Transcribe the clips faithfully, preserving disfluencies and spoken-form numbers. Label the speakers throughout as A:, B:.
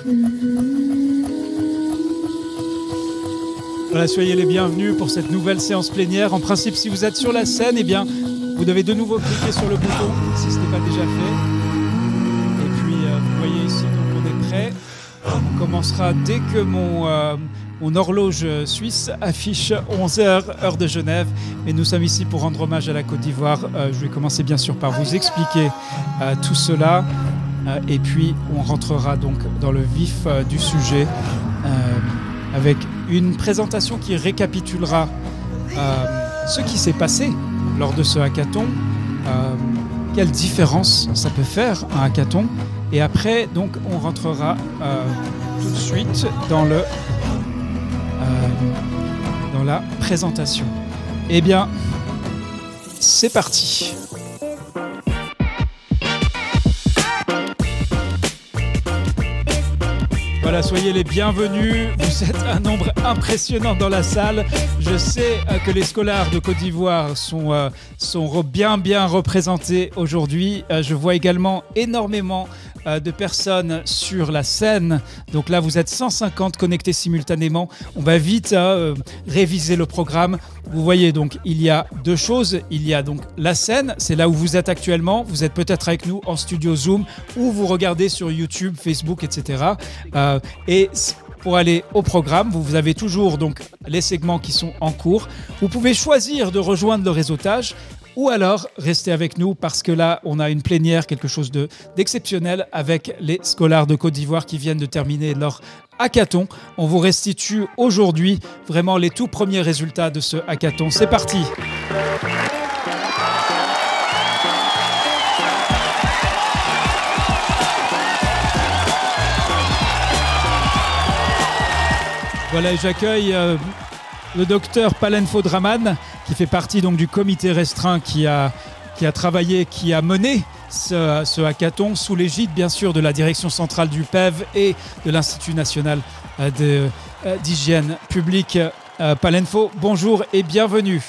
A: Voilà, soyez les bienvenus pour cette nouvelle séance plénière. En principe, si vous êtes sur la scène, eh bien, vous devez de nouveau cliquer sur le bouton si ce n'est pas déjà fait. Et puis, euh, vous voyez ici, donc on est prêt. On commencera dès que mon, euh, mon horloge suisse affiche onze heures, heure de Genève. Mais nous sommes ici pour rendre hommage à la Côte d'Ivoire. Euh, je vais commencer bien sûr par vous expliquer euh, tout cela. Euh, et puis, on rentrera donc dans le vif euh, du sujet euh, avec une présentation qui récapitulera euh, ce qui s'est passé lors de ce hackathon, euh, quelle différence ça peut faire un hackathon, et après donc on rentrera euh, tout de suite dans le euh, dans la présentation. Eh bien, c'est parti. Voilà, soyez les bienvenus. Vous êtes un nombre impressionnant dans la salle. Je sais euh, que les scolaires de Côte d'Ivoire sont, euh, sont bien, bien représentés aujourd'hui. Euh, je vois également énormément euh, de personnes sur la scène. Donc là, vous êtes cent cinquante connectés simultanément. On va vite euh, réviser le programme. Vous voyez, donc, il y a deux choses. Il y a donc la scène, c'est là où vous êtes actuellement. Vous êtes peut-être avec nous en studio Zoom ou vous regardez sur YouTube, Facebook, et cetera. Euh, et pour aller au programme, vous avez toujours donc les segments qui sont en cours. Vous pouvez choisir de rejoindre le réseautage ou alors rester avec nous parce que là, on a une plénière, quelque chose de, d'exceptionnel avec les scolaires de Côte d'Ivoire qui viennent de terminer leur hackathon. On vous restitue aujourd'hui vraiment les tout premiers résultats de ce hackathon. C'est parti! Voilà, et j'accueille euh, le docteur Palenfo Draman, qui fait partie donc du comité restreint qui a, qui a travaillé, qui a mené ce, ce hackathon sous l'égide bien sûr de la direction centrale du P E V et de l'Institut national de, euh, d'hygiène publique. Euh, Palenfo, bonjour et bienvenue.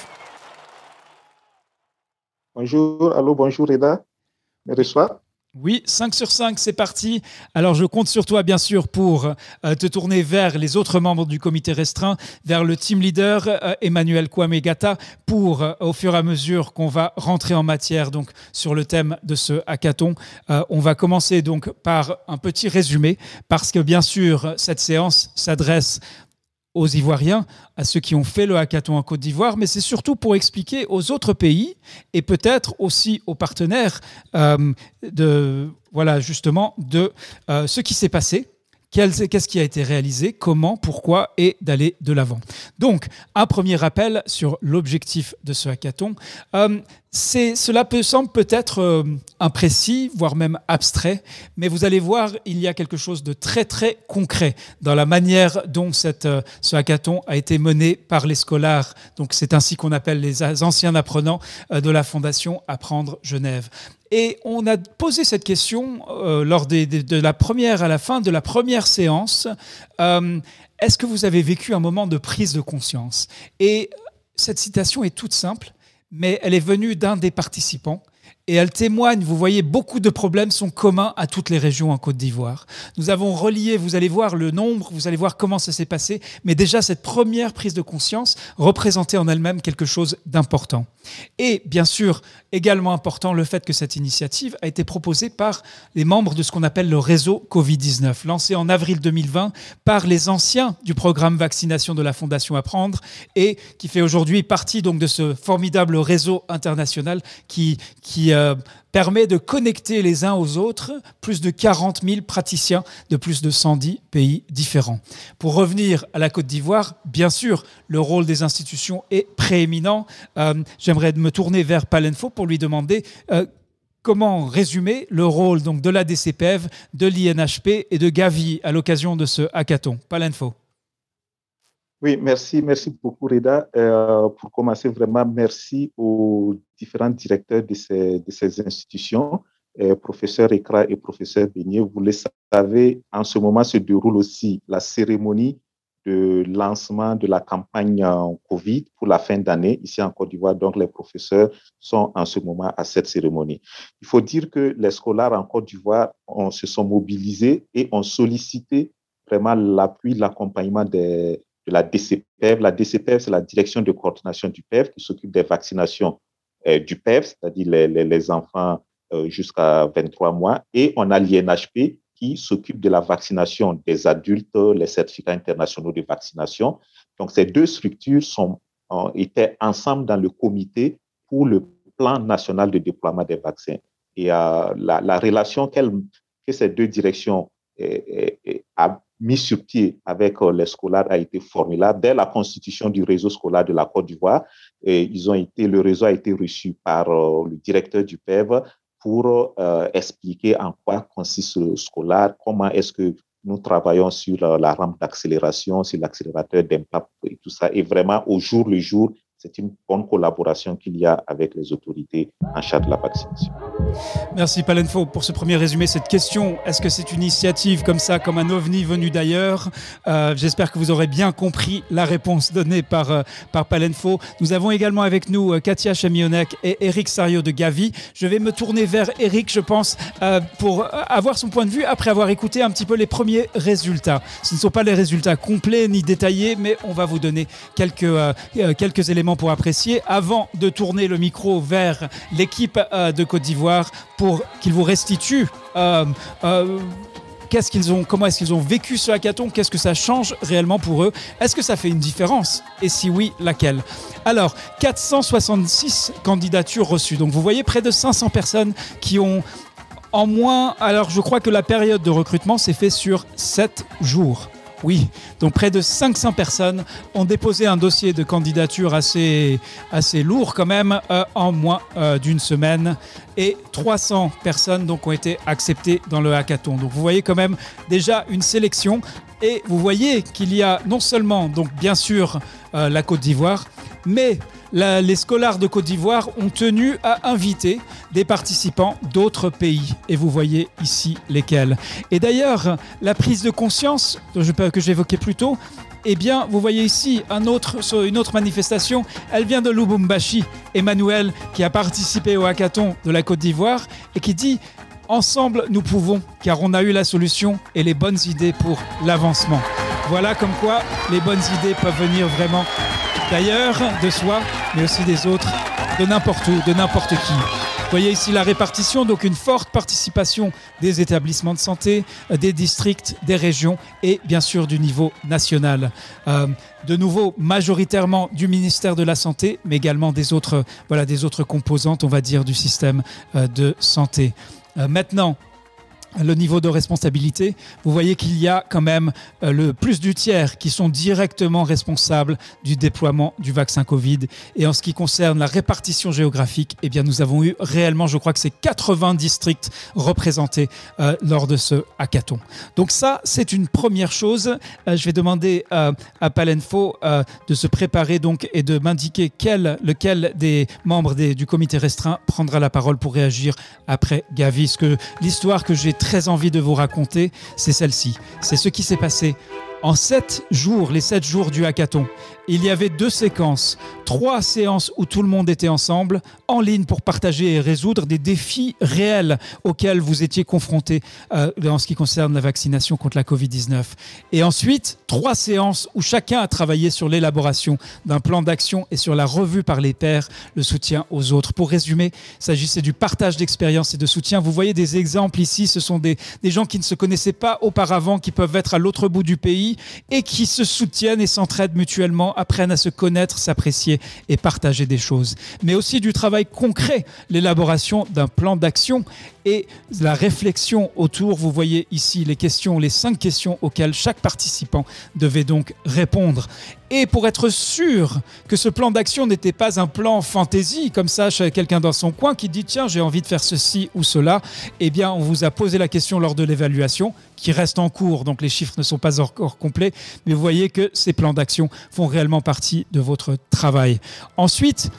B: Bonjour, allô, bonjour Reda, me reçois?
A: Oui, cinq sur cinq, c'est parti. Alors, je compte sur toi, bien sûr, pour euh, te tourner vers les autres membres du comité restreint, vers le team leader, euh, Emmanuel Kwame-Gata, pour, euh, au fur et à mesure qu'on va rentrer en matière donc, sur le thème de ce hackathon. Euh, on va commencer donc par un petit résumé, parce que, bien sûr, cette séance s'adresse aux Ivoiriens, à ceux qui ont fait le hackathon en Côte d'Ivoire, mais c'est surtout pour expliquer aux autres pays et peut-être aussi aux partenaires euh, de, voilà, justement, de euh, ce qui s'est passé, qu'est-ce qui a été réalisé, comment, pourquoi, et d'aller de l'avant. Donc, un premier rappel sur l'objectif de ce hackathon. Euh, c'est, cela peut sembler peut-être euh, imprécis, voire même abstrait, mais vous allez voir, il y a quelque chose de très très concret dans la manière dont cette, euh, ce hackathon a été mené par les scolaires. Donc, c'est ainsi qu'on appelle les anciens apprenants euh, de la Fondation Apprendre Genève. Et on a posé cette question euh, lors des, des, de la première, à la fin de la première séance. Euh, est-ce que vous avez vécu un moment de prise de conscience? Et cette citation est toute simple, mais elle est venue d'un des participants. Et elle témoigne, vous voyez, beaucoup de problèmes sont communs à toutes les régions en Côte d'Ivoire. Nous avons relié, vous allez voir le nombre, vous allez voir comment ça s'est passé, mais déjà cette première prise de conscience représentait en elle-même quelque chose d'important. Et bien sûr, également important, le fait que cette initiative a été proposée par les membres de ce qu'on appelle le réseau covid dix-neuf, lancé en avril deux mille vingt par les anciens du programme vaccination de la Fondation Apprendre et qui fait aujourd'hui partie donc de ce formidable réseau international qui, qui euh, permet de connecter les uns aux autres plus de quarante mille praticiens de plus de cent dix pays différents. Pour revenir à la Côte d'Ivoire, bien sûr, le rôle des institutions est prééminent. Euh, j'aimerais me tourner vers Palenfo pour lui demander euh, comment résumer le rôle donc, de la D C P E V, de l'I N H P et de Gavi à l'occasion de ce hackathon. Palenfo.
B: Oui, merci, merci beaucoup Reda. Euh, pour commencer, vraiment, merci aux différents directeurs de ces, de ces institutions, euh, professeur Ekra et professeur Beignet. Vous le savez, en ce moment se déroule aussi la cérémonie de lancement de la campagne Covid pour la fin d'année ici en Côte d'Ivoire. Donc, les professeurs sont en ce moment à cette cérémonie. Il faut dire que les scolaires en Côte d'Ivoire on, se sont mobilisés et ont sollicité vraiment l'appui, l'accompagnement des, de la D C P E V. La D C P E V, c'est la direction de coordination du P E V qui s'occupe des vaccinations euh, du P E V, c'est-à-dire les, les, les enfants euh, jusqu'à vingt-trois mois. Et on a l'I N H P qui s'occupe de la vaccination des adultes, les certificats internationaux de vaccination. Donc, ces deux structures sont, euh, étaient ensemble dans le comité pour le plan national de déploiement des vaccins. Et euh, la, la relation qu'elle, que ces deux directions eh, eh, a mis sur pied avec euh, les scolaires a été formidable. Dès la constitution du réseau scolaire de la Côte d'Ivoire, et ils ont été, le réseau a été reçu par euh, le directeur du P E V pour euh, expliquer en quoi consiste le scolaire, comment est-ce que nous travaillons sur la, la rampe d'accélération, sur l'accélérateur d'impact et tout ça. Et vraiment, au jour le jour, c'est une bonne collaboration qu'il y a avec les autorités en charge de la vaccination.
A: Merci Palenfo pour ce premier résumé. Cette question, est-ce que c'est une initiative comme ça, comme un ovni venu d'ailleurs? euh, J'espère que vous aurez bien compris la réponse donnée par, euh, par Palenfo. Nous avons également avec nous euh, Katia Chamionek et Eric Sario de Gavi. Je vais me tourner vers Eric, je pense, euh, pour avoir son point de vue après avoir écouté un petit peu les premiers résultats. Ce ne sont pas les résultats complets ni détaillés, mais on va vous donner quelques, euh, quelques éléments pour apprécier avant de tourner le micro vers l'équipe euh, de Côte d'Ivoire pour qu'ils vous restituent euh, euh, qu'est-ce qu'ils ont, comment est-ce qu'ils ont vécu ce hackathon, qu'est-ce que ça change réellement pour eux, est-ce que ça fait une différence et si oui, laquelle? Alors, quatre cent soixante-six candidatures reçues, donc vous voyez près de cinq cents personnes qui ont en moins, alors je crois que la période de recrutement s'est faite sur sept jours. Oui, donc près de cinq cents personnes ont déposé un dossier de candidature assez, assez lourd quand même euh, en moins euh, d'une semaine et trois cents personnes donc, ont été acceptées dans le hackathon. Donc vous voyez quand même déjà une sélection et vous voyez qu'il y a non seulement donc bien sûr euh, la Côte d'Ivoire, mais la, les scolaires de Côte d'Ivoire ont tenu à inviter des participants d'autres pays. Et vous voyez ici lesquels. Et d'ailleurs, la prise de conscience que j'évoquais plus tôt, eh bien, vous voyez ici un autre, une autre manifestation. Elle vient de Lubumbashi. Emmanuel, qui a participé au hackathon de la Côte d'Ivoire et qui dit « Ensemble, nous pouvons, car on a eu la solution et les bonnes idées pour l'avancement. » Voilà comme quoi les bonnes idées peuvent venir vraiment d'ailleurs, de soi, mais aussi des autres, de n'importe où, de n'importe qui. Vous voyez ici la répartition, donc une forte participation des établissements de santé, des districts, des régions et bien sûr du niveau national. Euh, de nouveau, majoritairement du ministère de la Santé, mais également des autres, voilà, des autres composantes, on va dire, du système euh, de santé. Euh, maintenant, le niveau de responsabilité, vous voyez qu'il y a quand même euh, le plus du tiers qui sont directement responsables du déploiement du vaccin Covid. Et en ce qui concerne la répartition géographique, eh bien nous avons eu réellement, je crois que c'est quatre-vingts districts représentés euh, lors de ce hackathon. Donc ça, c'est une première chose. Euh, je vais demander euh, à Palenfo euh, de se préparer donc et de m'indiquer quel, lequel des membres des, du comité restreint prendra la parole pour réagir après Gavi. Ce que l'histoire que j'ai très envie de vous raconter, c'est celle-ci. C'est ce qui s'est passé en sept jours, les sept jours du hackathon. Il y avait deux séquences, trois séances où tout le monde était ensemble, en ligne pour partager et résoudre des défis réels auxquels vous étiez confrontés euh, en ce qui concerne la vaccination contre la covid dix-neuf. Et ensuite, trois séances où chacun a travaillé sur l'élaboration d'un plan d'action et sur la revue par les pairs, le soutien aux autres. Pour résumer, il s'agissait du partage d'expérience et de soutien. Vous voyez des exemples ici, ce sont des, des gens qui ne se connaissaient pas auparavant, qui peuvent être à l'autre bout du pays et qui se soutiennent et s'entraident mutuellement, apprennent à se connaître, s'apprécier et partager des choses. Mais aussi du travail concret, l'élaboration d'un plan d'action et la réflexion autour. Vous voyez ici les questions, les cinq questions auxquelles chaque participant devait donc répondre. Et pour être sûr que ce plan d'action n'était pas un plan fantaisie, comme ça, chez quelqu'un dans son coin qui dit « Tiens, j'ai envie de faire ceci ou cela », eh bien, on vous a posé la question lors de l'évaluation, qui reste en cours, donc les chiffres ne sont pas encore complets, mais vous voyez que ces plans d'action font réellement partie de votre travail. Ensuite,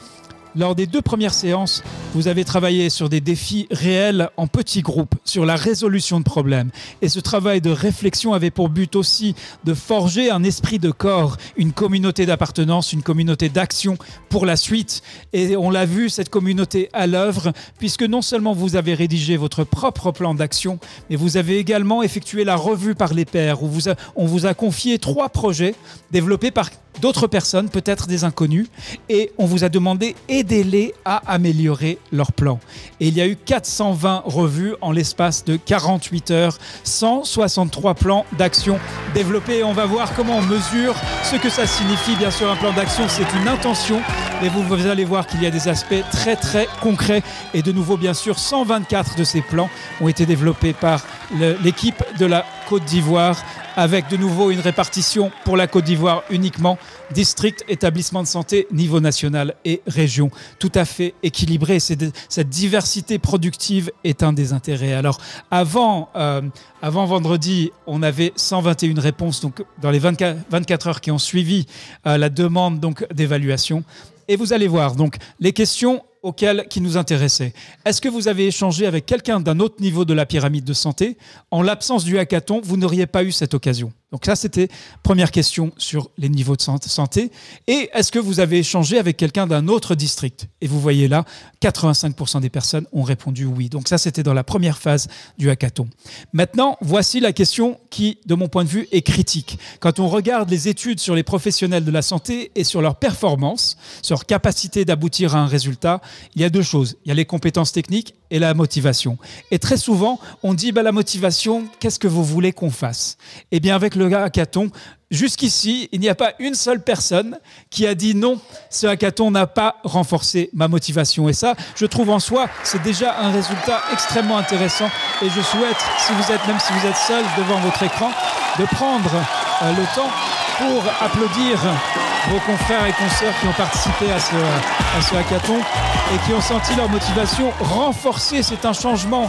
A: Lors des deux premières séances, vous avez travaillé sur des défis réels en petits groupes, sur la résolution de problèmes. Et ce travail de réflexion avait pour but aussi de forger un esprit de corps, une communauté d'appartenance, une communauté d'action pour la suite. Et on l'a vu, cette communauté à l'œuvre, puisque non seulement vous avez rédigé votre propre plan d'action, mais vous avez également effectué la revue par les pairs, où vous a, on vous a confié trois projets développés par d'autres personnes, peut-être des inconnus, et on vous a demandé aidez-les à améliorer leur plan. Et il y a eu quatre cent vingt revues en l'espace de quarante-huit heures, cent soixante-trois plans d'action développés. Et on va voir comment on mesure ce que ça signifie. Bien sûr, un plan d'action, c'est une intention, mais vous, vous allez voir qu'il y a des aspects très très concrets. Et de nouveau, bien sûr, cent vingt-quatre de ces plans ont été développés par le, l'équipe de la Côte d'Ivoire, avec de nouveau une répartition pour la Côte d'Ivoire uniquement, district, établissement de santé, niveau national et région. Tout à fait équilibré. C'est cette diversité productive est un des intérêts. Alors, avant, euh, avant vendredi, on avait cent vingt et une réponses donc, dans les vingt-quatre, vingt-quatre heures qui ont suivi euh, la demande donc, d'évaluation. Et vous allez voir, donc, les questions auxquelles qui nous intéressaient. Est-ce que vous avez échangé avec quelqu'un d'un autre niveau de la pyramide de santé? En l'absence du hackathon, vous n'auriez pas eu cette occasion. Donc ça, c'était première question sur les niveaux de santé. Et est-ce que vous avez échangé avec quelqu'un d'un autre district? Et vous voyez là, quatre-vingt-cinq pour cent des personnes ont répondu oui. Donc ça, c'était dans la première phase du hackathon. Maintenant, voici la question qui, de mon point de vue, est critique. Quand on regarde les études sur les professionnels de la santé et sur leur performance, sur leur capacité d'aboutir à un résultat, il y a deux choses. Il y a les compétences techniques et la motivation. Et très souvent, on dit bah, la motivation, qu'est-ce que vous voulez qu'on fasse? Eh bien, avec le hackathon, jusqu'ici, il n'y a pas une seule personne qui a dit non, ce hackathon n'a pas renforcé ma motivation. Et ça, je trouve en soi, c'est déjà un résultat extrêmement intéressant. Et je souhaite, si vous êtes, même si vous êtes seul devant votre écran, de prendre euh, le temps pour applaudir vos confrères et consoeurs qui ont participé à ce, à ce hackathon et qui ont senti leur motivation renforcée. C'est un changement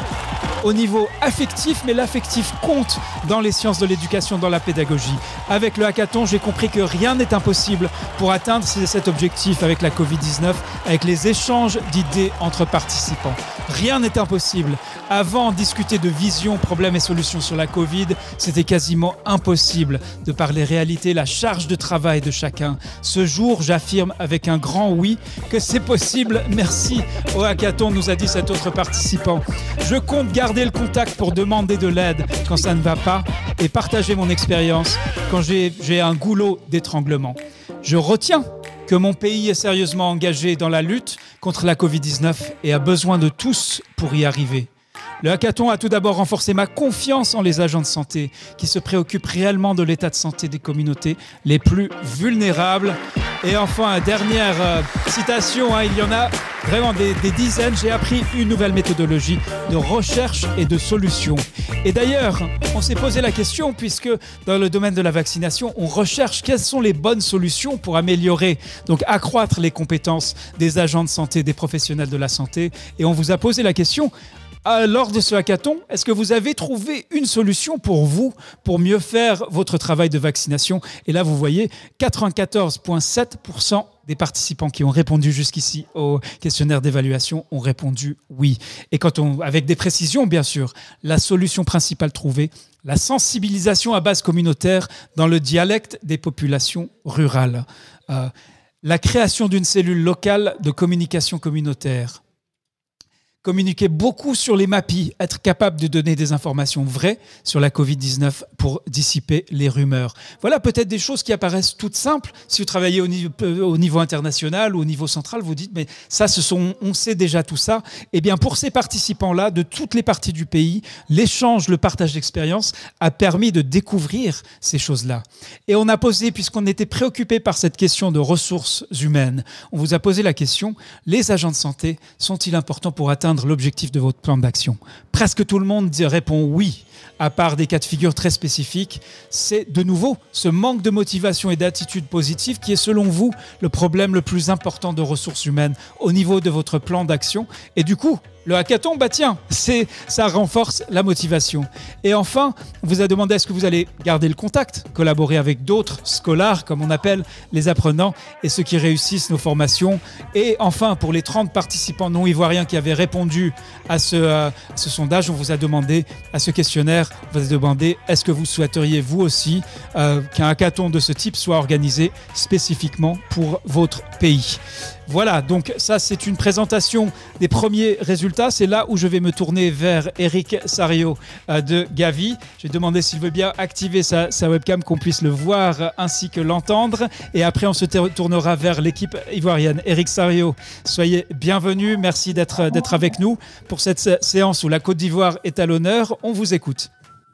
A: au niveau affectif, mais l'affectif compte dans les sciences de l'éducation, dans la pédagogie. Avec le hackathon, j'ai compris que rien n'est impossible pour atteindre cet objectif avec la covid dix-neuf, avec les échanges d'idées entre participants. Rien n'est impossible. Avant, discuter de vision, problèmes et solutions sur la Covid, c'était quasiment impossible de par les réalités, la charge de travail de chacun. Ce jour, j'affirme avec un grand oui que c'est possible. Merci au hackathon, nous a dit cet autre participant. Je compte garder le contact pour demander de l'aide quand ça ne va pas et partager mon expérience quand j'ai, j'ai un goulot d'étranglement. Je retiens que mon pays est sérieusement engagé dans la lutte contre la covid dix-neuf et a besoin de tous pour y arriver. Le hackathon a tout d'abord renforcé ma confiance en les agents de santé qui se préoccupent réellement de l'état de santé des communautés les plus vulnérables. Et enfin, dernière euh, citation, hein, il y en a vraiment des, des dizaines. J'ai appris une nouvelle méthodologie de recherche et de solution. Et d'ailleurs, on s'est posé la question, puisque dans le domaine de la vaccination, on recherche quelles sont les bonnes solutions pour améliorer, donc accroître les compétences des agents de santé, des professionnels de la santé. Et on vous a posé la question, lors de ce hackathon, est-ce que vous avez trouvé une solution pour vous, pour mieux faire votre travail de vaccination? Et là, vous voyez, quatre-vingt-quatorze virgule sept pour cent des participants qui ont répondu jusqu'ici au questionnaire d'évaluation ont répondu oui. Et quand on, avec des précisions, bien sûr, la solution principale trouvée, la sensibilisation à base communautaire dans le dialecte des populations rurales. Euh, la création d'une cellule locale de communication communautaire. Communiquer beaucoup sur les MAPI, être capable de donner des informations vraies sur la covid dix-neuf pour dissiper les rumeurs. Voilà peut-être des choses qui apparaissent toutes simples. Si vous travaillez au niveau, au niveau international ou au niveau central, vous dites, mais ça, ce sont, on sait déjà tout ça. Eh bien, pour ces participants-là, de toutes les parties du pays, l'échange, le partage d'expérience a permis de découvrir ces choses-là. Et on a posé, puisqu'on était préoccupé par cette question de ressources humaines, on vous a posé la question, les agents de santé sont-ils importants pour atteindre l'objectif de votre plan d'action? Presque tout le monde répond oui. à part des cas de figure très spécifiques. C'est de nouveau ce manque de motivation et d'attitude positive qui est selon vous le problème le plus important de ressources humaines au niveau de votre plan d'action. Et du coup, le hackathon, bah tiens, c'est, ça renforce la motivation. Et enfin, on vous a demandé est-ce que vous allez garder le contact, collaborer avec d'autres scholars, comme on appelle les apprenants, et ceux qui réussissent nos formations. Et enfin, pour les trente participants non ivoiriens qui avaient répondu à ce, euh, ce sondage, on vous a demandé, à ce questionnaire, on vous a demandé est-ce que vous souhaiteriez vous aussi euh, qu'un hackathon de ce type soit organisé spécifiquement pour votre pays. Voilà, donc ça c'est une présentation des premiers résultats. C'est là où je vais me tourner vers Eric Sario euh, de Gavi. Je vais demander s'il veut bien activer sa, sa webcam, qu'on puisse le voir euh, ainsi que l'entendre. Et après on se tournera vers l'équipe ivoirienne. Eric Sario, soyez bienvenue. Merci d'être, d'être avec nous pour cette séance où la Côte d'Ivoire est à l'honneur. On vous écoute.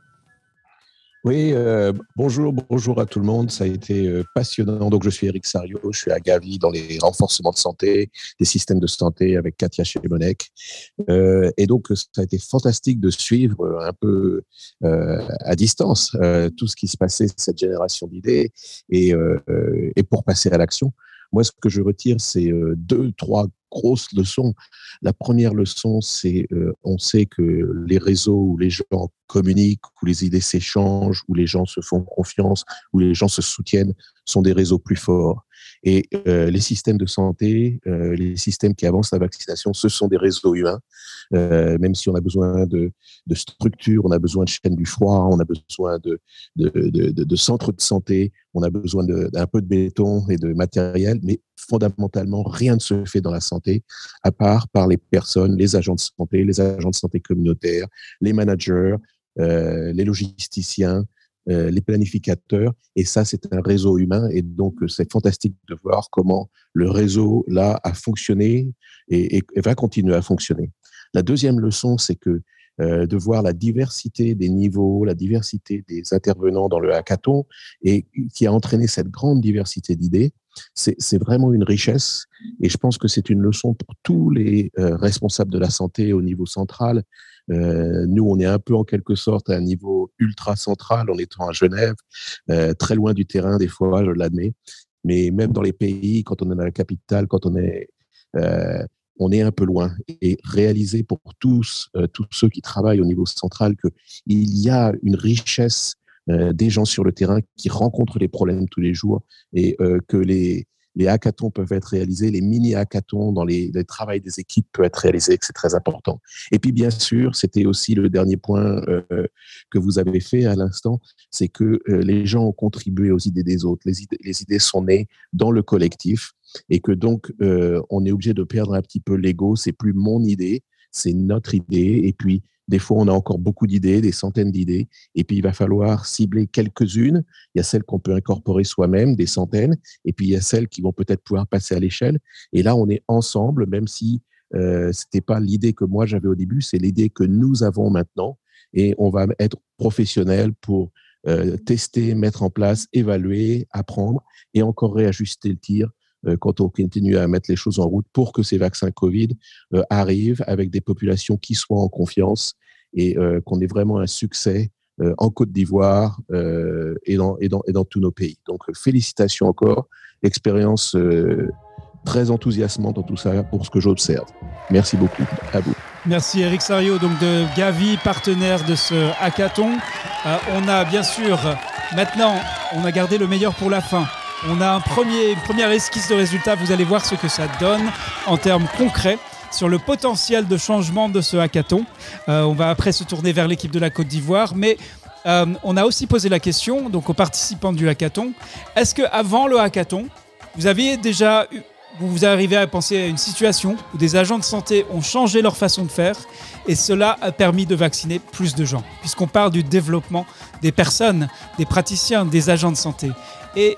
C: Oui, euh, bonjour, bonjour à tout le monde. Ça a été euh, passionnant. Donc, je suis Eric Sario, je suis à Gavi dans les renforcements de santé, des systèmes de santé avec Katia Chebonec. Euh, et donc, ça a été fantastique de suivre un peu euh, à distance euh, tout ce qui se passait, cette génération d'idées, et, euh, et pour passer à l'action. Moi, ce que je retire, c'est euh, deux, trois grosses leçons. La première leçon, c'est euh, on sait que les réseaux où les gens communiquent, où les idées s'échangent, où les gens se font confiance, où les gens se soutiennent, sont des réseaux plus forts. Et euh, les systèmes de santé, euh, les systèmes qui avancent la vaccination, ce sont des réseaux humains. Euh, même si on a besoin de, de structures, on a besoin de chaînes du froid, on a besoin de, de, de, de, de centres de santé, on a besoin de, d'un peu de béton et de matériel, mais fondamentalement, rien ne se fait dans la santé à part par les personnes, les agents de santé, les agents de santé communautaires, les managers, euh, les logisticiens, euh, les planificateurs. Et ça, c'est un réseau humain. Et donc, c'est fantastique de voir comment le réseau, là, a fonctionné et, et, et va continuer à fonctionner. La deuxième leçon, c'est que euh, de voir la diversité des niveaux, la diversité des intervenants dans le hackathon, et qui a entraîné cette grande diversité d'idées, c'est, c'est vraiment une richesse. Et je pense que c'est une leçon pour tous les euh, responsables de la santé au niveau central. Euh, nous, on est un peu en quelque sorte à un niveau ultra central en étant à Genève, euh, très loin du terrain des fois, je l'admets. Mais même dans les pays, quand on est dans la capitale, quand on est... Euh, on est un peu loin, et réaliser pour tous, euh, tous ceux qui travaillent au niveau central, qu'il y a une richesse euh, des gens sur le terrain qui rencontrent les problèmes tous les jours, et euh, que les, les hackathons peuvent être réalisés, les mini-hackathons dans les, les travail des équipes peuvent être réalisés, que c'est très important. Et puis bien sûr, c'était aussi le dernier point euh, que vous avez fait à l'instant, c'est que euh, les gens ont contribué aux idées des autres. Les idées, les idées sont nées dans le collectif, et que donc euh, on est obligé de perdre un petit peu l'ego. C'est plus mon idée, c'est notre idée. Et puis des fois on a encore beaucoup d'idées, des centaines d'idées, et puis il va falloir cibler quelques-unes. Il y a celles qu'on peut incorporer soi-même, des centaines, et puis il y a celles qui vont peut-être pouvoir passer à l'échelle. Et là on est ensemble, même si euh, c'était pas l'idée que moi j'avais au début, c'est l'idée que nous avons maintenant, et on va être professionnels pour euh, tester, mettre en place, évaluer, apprendre, et encore réajuster le tir quand on continue à mettre les choses en route pour que ces vaccins Covid euh, arrivent avec des populations qui soient en confiance, et euh, qu'on ait vraiment un succès euh, en Côte d'Ivoire euh, et, dans, et, dans, et dans tous nos pays. Donc, félicitations encore. Expérience euh, très enthousiasmante dans tout ça pour ce que j'observe. Merci beaucoup. À vous.
A: Merci Eric Sario, donc de Gavi, partenaire de ce hackathon. Euh, on a bien sûr, maintenant, on a gardé le meilleur pour la fin. On a un premier, une première esquisse de résultat. Vous allez voir ce que ça donne en termes concrets sur le potentiel de changement de ce hackathon. Euh, on va après se tourner vers l'équipe de la Côte d'Ivoire. Mais euh, on a aussi posé la question donc, aux participants du hackathon. Est-ce qu'avant le hackathon, vous aviez déjà eu, vous, vous arrivez à penser à une situation où des agents de santé ont changé leur façon de faire et cela a permis de vacciner plus de gens, puisqu'on parle du développement des personnes, des praticiens, des agents de santé. Et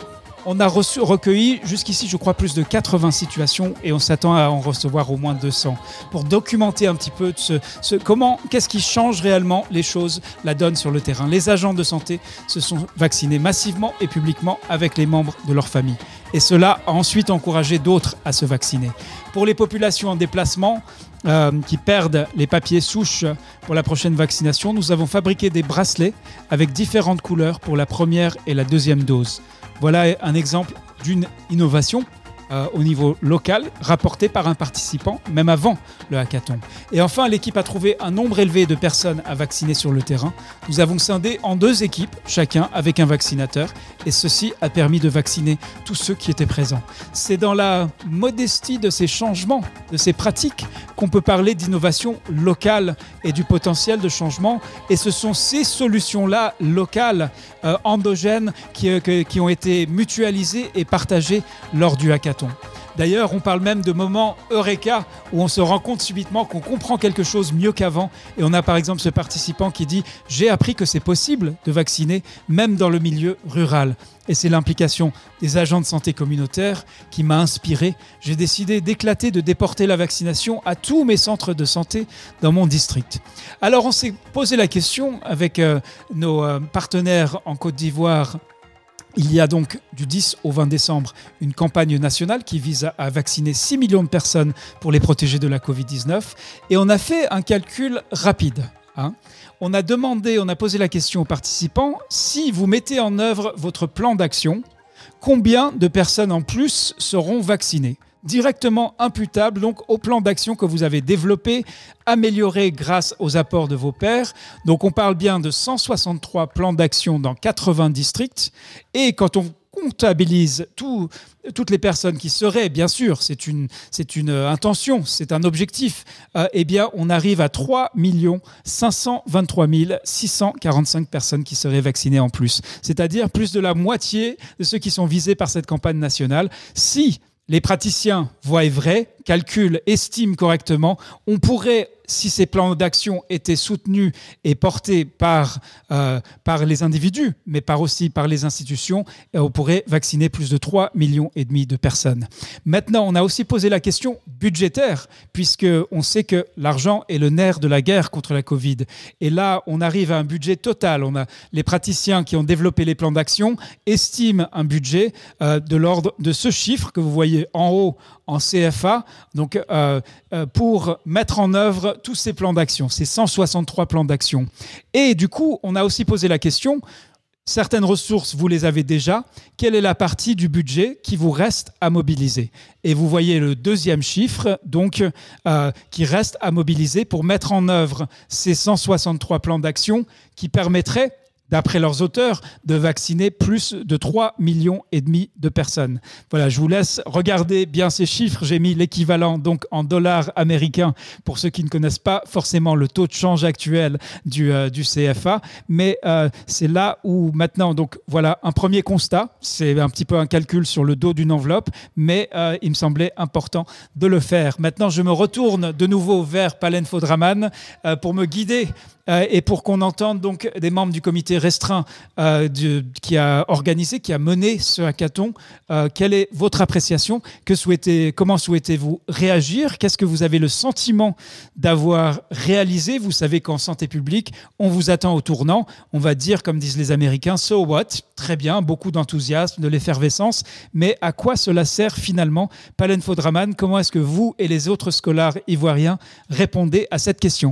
A: On a reçu, recueilli jusqu'ici, je crois, plus de quatre-vingts situations et on s'attend à en recevoir au moins deux cents pour documenter un petit peu ce, ce, comment, qu'est-ce qui change réellement les choses, la donne sur le terrain. Les agents de santé se sont vaccinés massivement et publiquement avec les membres de leur famille. Et cela a ensuite encouragé d'autres à se vacciner. Pour les populations en déplacement, Euh, qui perdent les papiers souches pour la prochaine vaccination, nous avons fabriqué des bracelets avec différentes couleurs pour la première et la deuxième dose. Voilà un exemple d'une innovation euh, au niveau local rapportée par un participant, même avant le hackathon. Et enfin, l'équipe a trouvé un nombre élevé de personnes à vacciner sur le terrain. Nous avons scindé en deux équipes, chacun avec un vaccinateur, et ceci a permis de vacciner tous ceux qui étaient présents. C'est dans la modestie de ces changements, de ces pratiques, qu'on peut parler d'innovation locale et du potentiel de changement. Et ce sont ces solutions-là locales, euh, endogènes, qui, euh, qui ont été mutualisées et partagées lors du hackathon. D'ailleurs, on parle même de moments eureka où on se rend compte subitement qu'on comprend quelque chose mieux qu'avant. Et on a par exemple ce participant qui dit « J'ai appris que c'est possible de vacciner même dans le milieu rural ». Et c'est l'implication des agents de santé communautaire qui m'a inspiré. J'ai décidé d'éclater, de déporter la vaccination à tous mes centres de santé dans mon district. Alors on s'est posé la question avec euh, nos euh, partenaires en Côte d'Ivoire. Il y a donc du dix au vingt décembre une campagne nationale qui vise à vacciner six millions de personnes pour les protéger de la covid dix-neuf. Et on a fait un calcul rapide. Hein. On a demandé, on a posé la question aux participants, si vous mettez en œuvre votre plan d'action, combien de personnes en plus seront vaccinées ? Directement imputable donc au plan d'action que vous avez développé, amélioré grâce aux apports de vos pairs. Donc on parle bien de cent soixante-trois plans d'action dans quatre-vingts districts. Et quand on comptabilise tout, toutes les personnes qui seraient, bien sûr, c'est une, c'est une intention, c'est un objectif, euh, eh bien on arrive à trois millions cinq cent vingt-trois mille six cent quarante-cinq personnes qui seraient vaccinées en plus. C'est-à-dire plus de la moitié de ceux qui sont visés par cette campagne nationale. Si les praticiens voient vrai, calculent, estiment correctement, on pourrait, si ces plans d'action étaient soutenus et portés par, euh, par les individus, mais par aussi par les institutions, on pourrait vacciner plus de trois millions et demi de personnes. Maintenant, on a aussi posé la question budgétaire, puisqu'on sait que l'argent est le nerf de la guerre contre la Covid. Et là, on arrive à un budget total. On a les praticiens qui ont développé les plans d'action estiment un budget euh, de l'ordre de ce chiffre que vous voyez en haut en C F A, donc euh, euh, pour mettre en œuvre tous ces plans d'action, ces cent soixante-trois plans d'action. Et du coup, on a aussi posé la question, certaines ressources, vous les avez déjà, quelle est la partie du budget qui vous reste à mobiliser ? Et vous voyez le deuxième chiffre, donc, euh, qui reste à mobiliser pour mettre en œuvre ces cent soixante-trois plans d'action qui permettraient, d'après leurs auteurs, de vacciner plus de trois millions et demi de personnes. Voilà, je vous laisse regarder bien ces chiffres. J'ai mis l'équivalent donc en dollars américains pour ceux qui ne connaissent pas forcément le taux de change actuel du, euh, du C F A. Mais euh, c'est là où maintenant, donc voilà, un premier constat. C'est un petit peu un calcul sur le dos d'une enveloppe, mais euh, il me semblait important de le faire. Maintenant, je me retourne de nouveau vers Palen Fodraman euh, pour me guider Euh, et pour qu'on entende donc des membres du comité restreint euh, du, qui a organisé, qui a mené ce hackathon. Euh, quelle est votre appréciation ? Que souhaitez, comment souhaitez-vous réagir ? Qu'est-ce que vous avez le sentiment d'avoir réalisé ? Vous savez qu'en santé publique, on vous attend au tournant. On va dire, comme disent les Américains, « so what ?» Très bien, beaucoup d'enthousiasme, de l'effervescence. Mais à quoi cela sert finalement ? Palen Fodraman, comment est-ce que vous et les autres scolaires ivoiriens répondez à cette question ?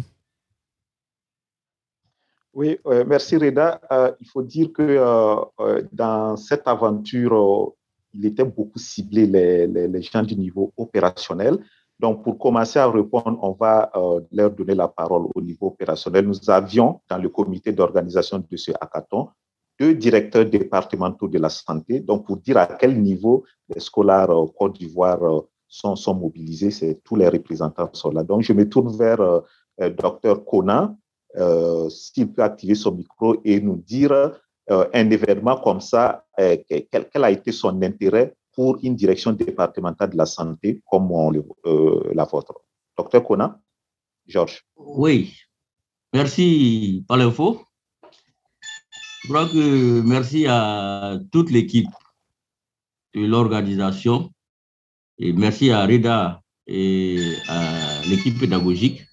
B: Oui, euh, merci Reda. Euh, il faut dire que euh, euh, dans cette aventure, euh, il était beaucoup ciblé les, les, les gens du niveau opérationnel. Donc, pour commencer à répondre, on va euh, leur donner la parole au niveau opérationnel. Nous avions, dans le comité d'organisation de ce hackathon, deux directeurs départementaux de la santé. Donc, pour dire à quel niveau les scolaires euh, Côte d'Ivoire euh, sont, sont mobilisés, c'est, tous les représentants sont là. Donc, je me tourne vers euh, euh, docteur Kona. Euh, s'il peut activer son micro et nous dire euh, un événement comme ça, euh, quel, quel a été son intérêt pour une direction départementale de la santé comme on le, euh, la vôtre. Docteur Kona, Georges.
D: Oui, merci par l'info. Je crois que merci à toute l'équipe de l'organisation et merci à Reda et à l'équipe pédagogique.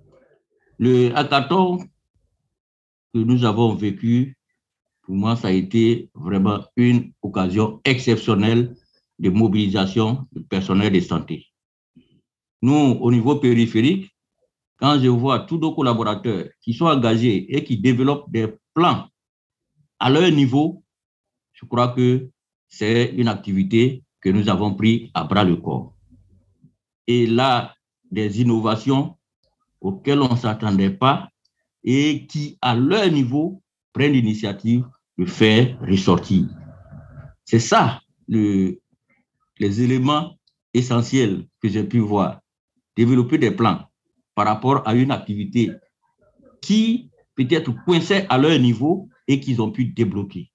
D: Le hackathon que nous avons vécu, pour moi, ça a été vraiment une occasion exceptionnelle de mobilisation du personnel de santé. Nous, au niveau périphérique, quand je vois tous nos collaborateurs qui sont engagés et qui développent des plans à leur niveau, je crois que c'est une activité que nous avons pris à bras le corps. Et là, des innovations auxquelles on ne s'attendait pas et qui, à leur niveau, prennent l'initiative de faire ressortir. C'est ça, le, les éléments essentiels que j'ai pu voir. Développer des plans par rapport à une activité qui peut-être coinçait à leur niveau et qu'ils ont pu débloquer.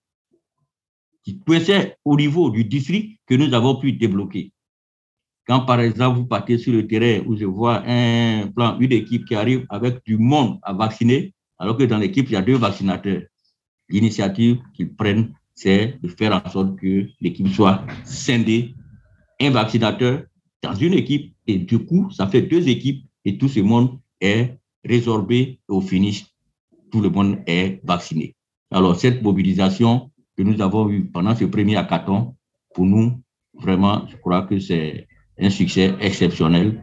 D: Qui coinçait au niveau du district que nous avons pu débloquer. Quand, par exemple, vous partez sur le terrain où je vois un plan, une équipe qui arrive avec du monde à vacciner, alors que dans l'équipe, il y a deux vaccinateurs. L'initiative qu'ils prennent, c'est de faire en sorte que l'équipe soit scindée, un vaccinateur dans une équipe, et du coup, ça fait deux équipes, et tout ce monde est résorbé, et au finish, tout le monde est vacciné. Alors, cette mobilisation que nous avons eue pendant ce premier hackathon, pour nous, vraiment, je crois que c'est un succès exceptionnel.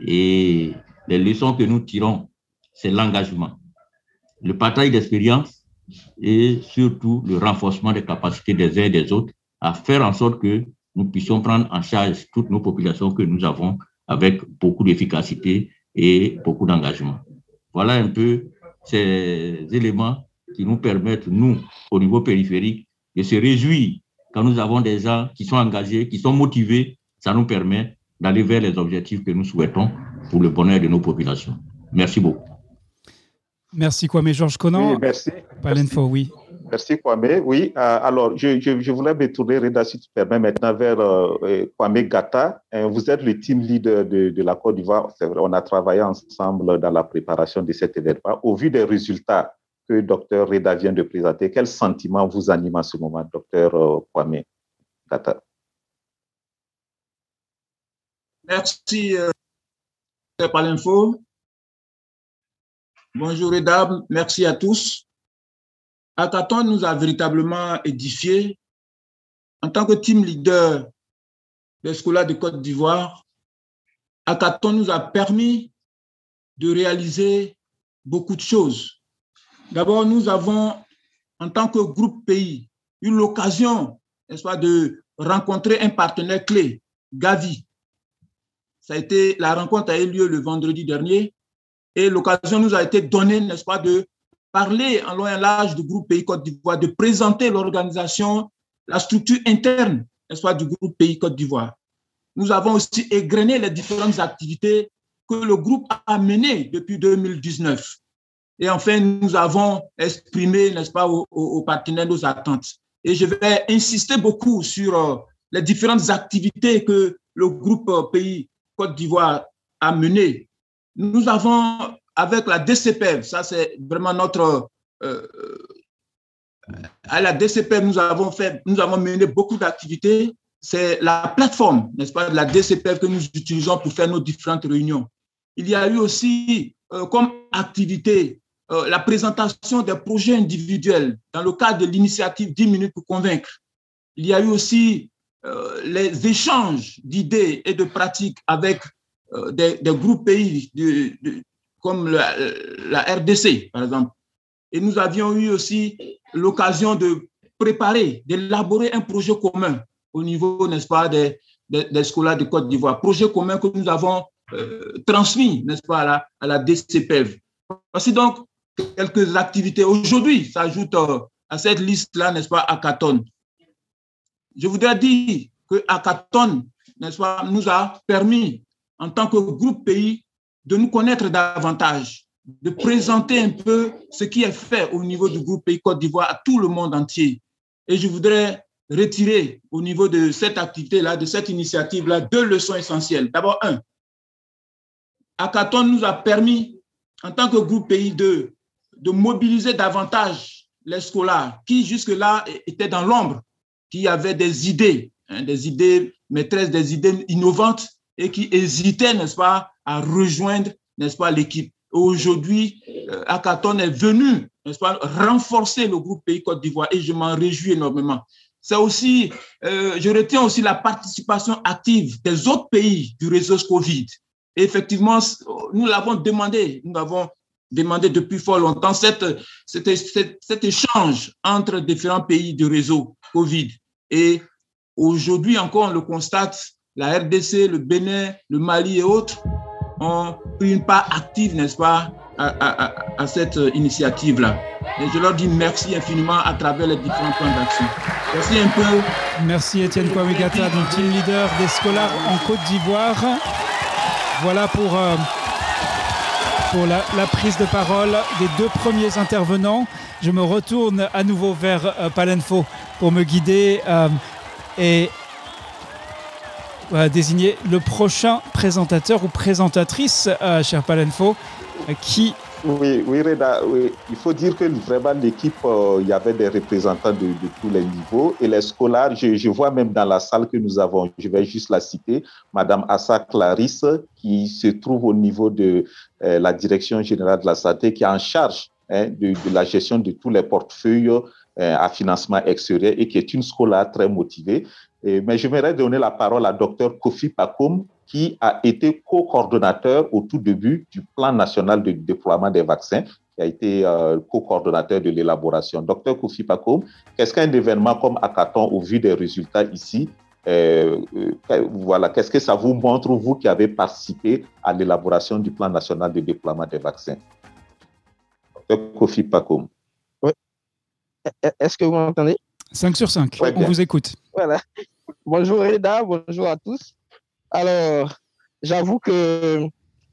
D: Et les leçons que nous tirons, c'est l'engagement, le partage d'expérience et surtout le renforcement des capacités des uns et des autres à faire en sorte que nous puissions prendre en charge toutes nos populations que nous avons avec beaucoup d'efficacité et beaucoup d'engagement. Voilà un peu ces éléments qui nous permettent, nous, au niveau périphérique, de se réjouir quand nous avons des gens qui sont engagés, qui sont motivés. Ça nous permet d'aller vers les objectifs que nous souhaitons pour le bonheur de nos populations. Merci beaucoup.
A: Merci Kwame. Georges Conan.
B: Oui, merci.
A: Palenfo, oui.
B: Merci Kwame. Oui, euh, alors je, je, je voulais me tourner, Reda, si tu permets, maintenant vers euh, Kwame Gata. Euh, vous êtes le team leader de, de la Côte d'Ivoire. C'est vrai, on a travaillé ensemble dans la préparation de cet événement. Au vu des résultats que Dr Reda vient de présenter, quel sentiment vous anime en ce moment, Dr euh, Kwame Gata?
E: Merci, euh, Palenfo. Bonjour Reda, merci à tous. Hackathon nous a véritablement édifiés. En tant que team leader des scolaires de Côte d'Ivoire, Hackathon nous a permis de réaliser beaucoup de choses. D'abord, nous avons, en tant que groupe pays, eu l'occasion, n'est-ce pas, de rencontrer un partenaire clé, Gavi. Ça a été, la rencontre a eu lieu le vendredi dernier et l'occasion nous a été donnée, n'est-ce pas, de parler en long et en large du groupe Pays Côte d'Ivoire, de présenter l'organisation, la structure interne, n'est-ce pas, du groupe Pays Côte d'Ivoire. Nous avons aussi égrené les différentes activités que le groupe a menées depuis deux mille dix-neuf. Et enfin, nous avons exprimé, n'est-ce pas, aux, aux partenaires nos attentes. Et je vais insister beaucoup sur euh, les différentes activités que le groupe euh, Pays Côte d'Ivoire a menées. Nous avons, avec la D C P E V, ça c'est vraiment notre... Euh, à la D C P E V, nous avons, fait, nous avons mené beaucoup d'activités. C'est la plateforme, n'est-ce pas, de la D C P E V que nous utilisons pour faire nos différentes réunions. Il y a eu aussi euh, comme activité euh, la présentation des projets individuels dans le cadre de l'initiative dix minutes pour convaincre. Il y a eu aussi euh, les échanges d'idées et de pratiques avec euh, des, des groupes pays de, de, comme la, la R D C, par exemple. Et nous avions eu aussi l'occasion de préparer, d'élaborer un projet commun au niveau, n'est-ce pas, des, des, des scolaires de Côte d'Ivoire. Projet commun que nous avons euh, transmis, n'est-ce pas, à la, à la D C P E V. Voici donc quelques activités. Aujourd'hui, s'ajoute euh, à cette liste-là, n'est-ce pas, Hackathon. Je voudrais dire que Hackathon, n'est-ce pas, nous a permis, en tant que groupe pays, de nous connaître davantage, de présenter un peu ce qui est fait au niveau du groupe Pays Côte d'Ivoire à tout le monde entier. Et je voudrais retirer au niveau de cette activité-là, de cette initiative-là, deux leçons essentielles. D'abord, un, Hackathon nous a permis, en tant que groupe pays, de, de mobiliser davantage les scolaires qui jusque-là étaient dans l'ombre, qui avaient des idées hein, des idées maîtresses, des idées innovantes et qui hésitaient, n'est-ce pas, à rejoindre, n'est-ce pas, l'équipe. Aujourd'hui, euh, Hackathon est venu, n'est-ce pas, renforcer le groupe Pays Côte d'Ivoire et je m'en réjouis énormément. C'est aussi, euh, je retiens aussi la participation active des autres pays du réseau Covid. Et effectivement, nous l'avons demandé, nous l'avons demandé depuis fort longtemps, cette, cette, cette, cet échange entre différents pays du réseau Covid. Et aujourd'hui encore, on le constate, la R D C, le Bénin, le Mali et autres ont pris une part active, n'est-ce pas, à, à, à cette initiative-là. Et je leur dis merci infiniment à travers les différents plans d'action. Merci un peu.
A: Merci Étienne Kwame Gata, donc team leader des scolaires en Côte d'Ivoire. Voilà pour, euh, pour la, la prise de parole des deux premiers intervenants. Je me retourne à nouveau vers euh, Palenfo pour me guider euh, et euh, désigner le prochain présentateur ou présentatrice, euh, cher Palenfo, euh, qui...
B: Oui, oui, Reda, oui. Il faut dire que vraiment l'équipe, euh, il y avait des représentants de, de tous les niveaux et les scolaires, je, je vois même dans la salle que nous avons, je vais juste la citer, Madame Assa Clarisse, qui se trouve au niveau de euh, la Direction générale de la santé, qui est en charge hein, de, de la gestion de tous les portefeuilles euh, à financement extérieur et qui est une scolaire très motivée. Et, mais je voudrais donner la parole à Docteur Kofi Pakoum, qui a été co-coordonnateur au tout début du plan national de déploiement des vaccins, qui a été euh, co-coordonnateur de l'élaboration. Docteur Kofi Pakoum, qu'est-ce qu'un événement comme Hackathon, au vu des résultats ici, euh, euh, voilà, qu'est-ce que ça vous montre, vous qui avez participé à l'élaboration du plan national de déploiement des vaccins? Docteur Kofi Pakoum.
F: Oui. Est-ce que vous m'entendez?
A: cinq sur cinq,
B: ouais,
A: on vous écoute.
F: Voilà. Bonjour Reda, bonjour à tous. Alors, j'avoue que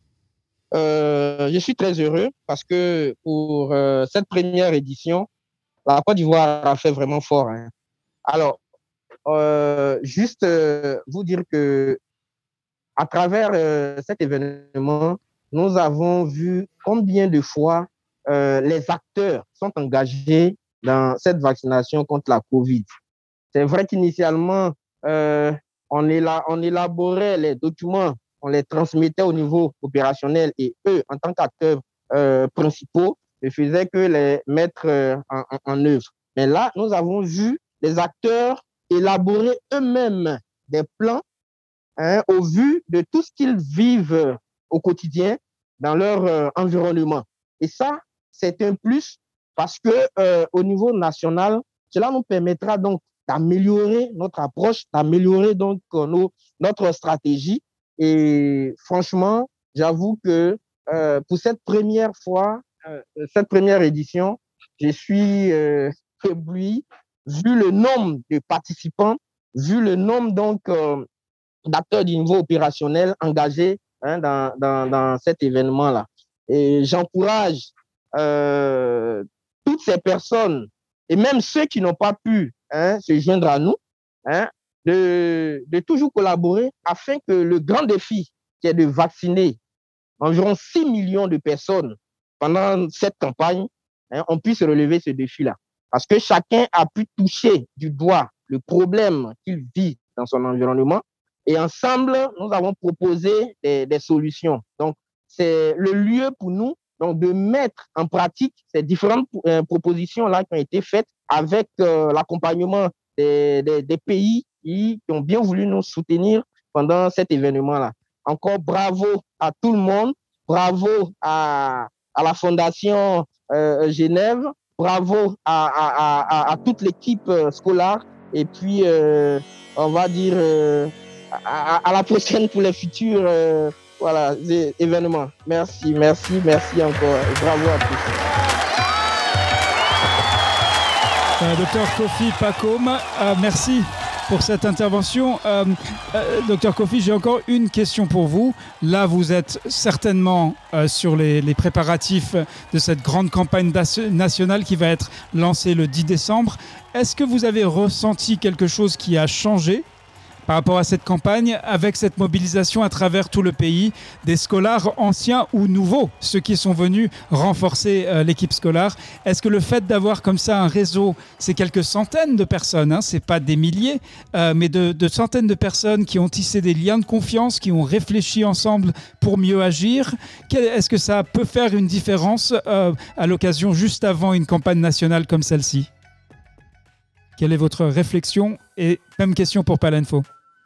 F: euh, je suis très heureux parce que pour euh, cette première édition, la Côte d'Ivoire a fait vraiment fort. Hein. Alors, euh, juste euh, vous dire que à travers euh, cet événement, nous avons vu combien de fois euh, les acteurs sont engagés dans cette vaccination contre la Covid. C'est vrai qu'initialement, euh, On, éla- on élaborait les documents, on les transmettait au niveau opérationnel et eux, en tant qu'acteurs euh, principaux, ne faisaient que les mettre euh, en, en, en œuvre. Mais là, nous avons vu les acteurs élaborer eux-mêmes des plans hein, au vu de tout ce qu'ils vivent au quotidien dans leur euh, environnement. Et ça, c'est un plus parce que euh, au niveau national, cela nous permettra donc d'améliorer notre approche, d'améliorer donc nos, notre stratégie. Et franchement, j'avoue que euh, pour cette première fois, euh, cette première édition, je suis euh, ébloui, vu le nombre de participants, vu le nombre donc euh, d'acteurs du niveau opérationnel engagés hein, dans, dans, dans cet événement-là. Et j'encourage euh, toutes ces personnes et même ceux qui n'ont pas pu Hein, se joindre à nous, hein, de, de toujours collaborer afin que le grand défi qui est de vacciner environ six millions de personnes pendant cette campagne, hein, on puisse relever ce défi-là. Parce que chacun a pu toucher du doigt le problème qu'il vit dans son environnement et ensemble, nous avons proposé des, des solutions. Donc, c'est le lieu pour nous donc, de mettre en pratique ces différentes euh, propositions-là qui ont été faites avec euh, l'accompagnement des, des, des pays qui, qui ont bien voulu nous soutenir pendant cet événement-là. Encore bravo à tout le monde, bravo à, à la Fondation euh, Genève, bravo à, à, à, à toute l'équipe scolaire et puis euh, on va dire euh, à, à la prochaine pour les futurs euh, voilà, événements. Merci, merci, merci encore. Bravo à tous.
A: Euh, Docteur Kofi Pakoum, euh, merci pour cette intervention. Euh, euh, Docteur Kofi, j'ai encore une question pour vous. Là, vous êtes certainement euh, sur les, les préparatifs de cette grande campagne nationale qui va être lancée le dix décembre. Est-ce que vous avez ressenti quelque chose qui a changé par rapport à cette campagne, avec cette mobilisation à travers tout le pays, des scolaires anciens ou nouveaux, ceux qui sont venus renforcer euh, l'équipe scolaire. Est-ce que le fait d'avoir comme ça un réseau, c'est quelques centaines de personnes, hein, c'est pas des milliers, euh, mais de, de centaines de personnes qui ont tissé des liens de confiance, qui ont réfléchi ensemble pour mieux agir, est-ce que ça peut faire une différence euh, à l'occasion juste avant une campagne nationale comme celle-ci? Quelle est votre réflexion? Et même question pour Palenfo.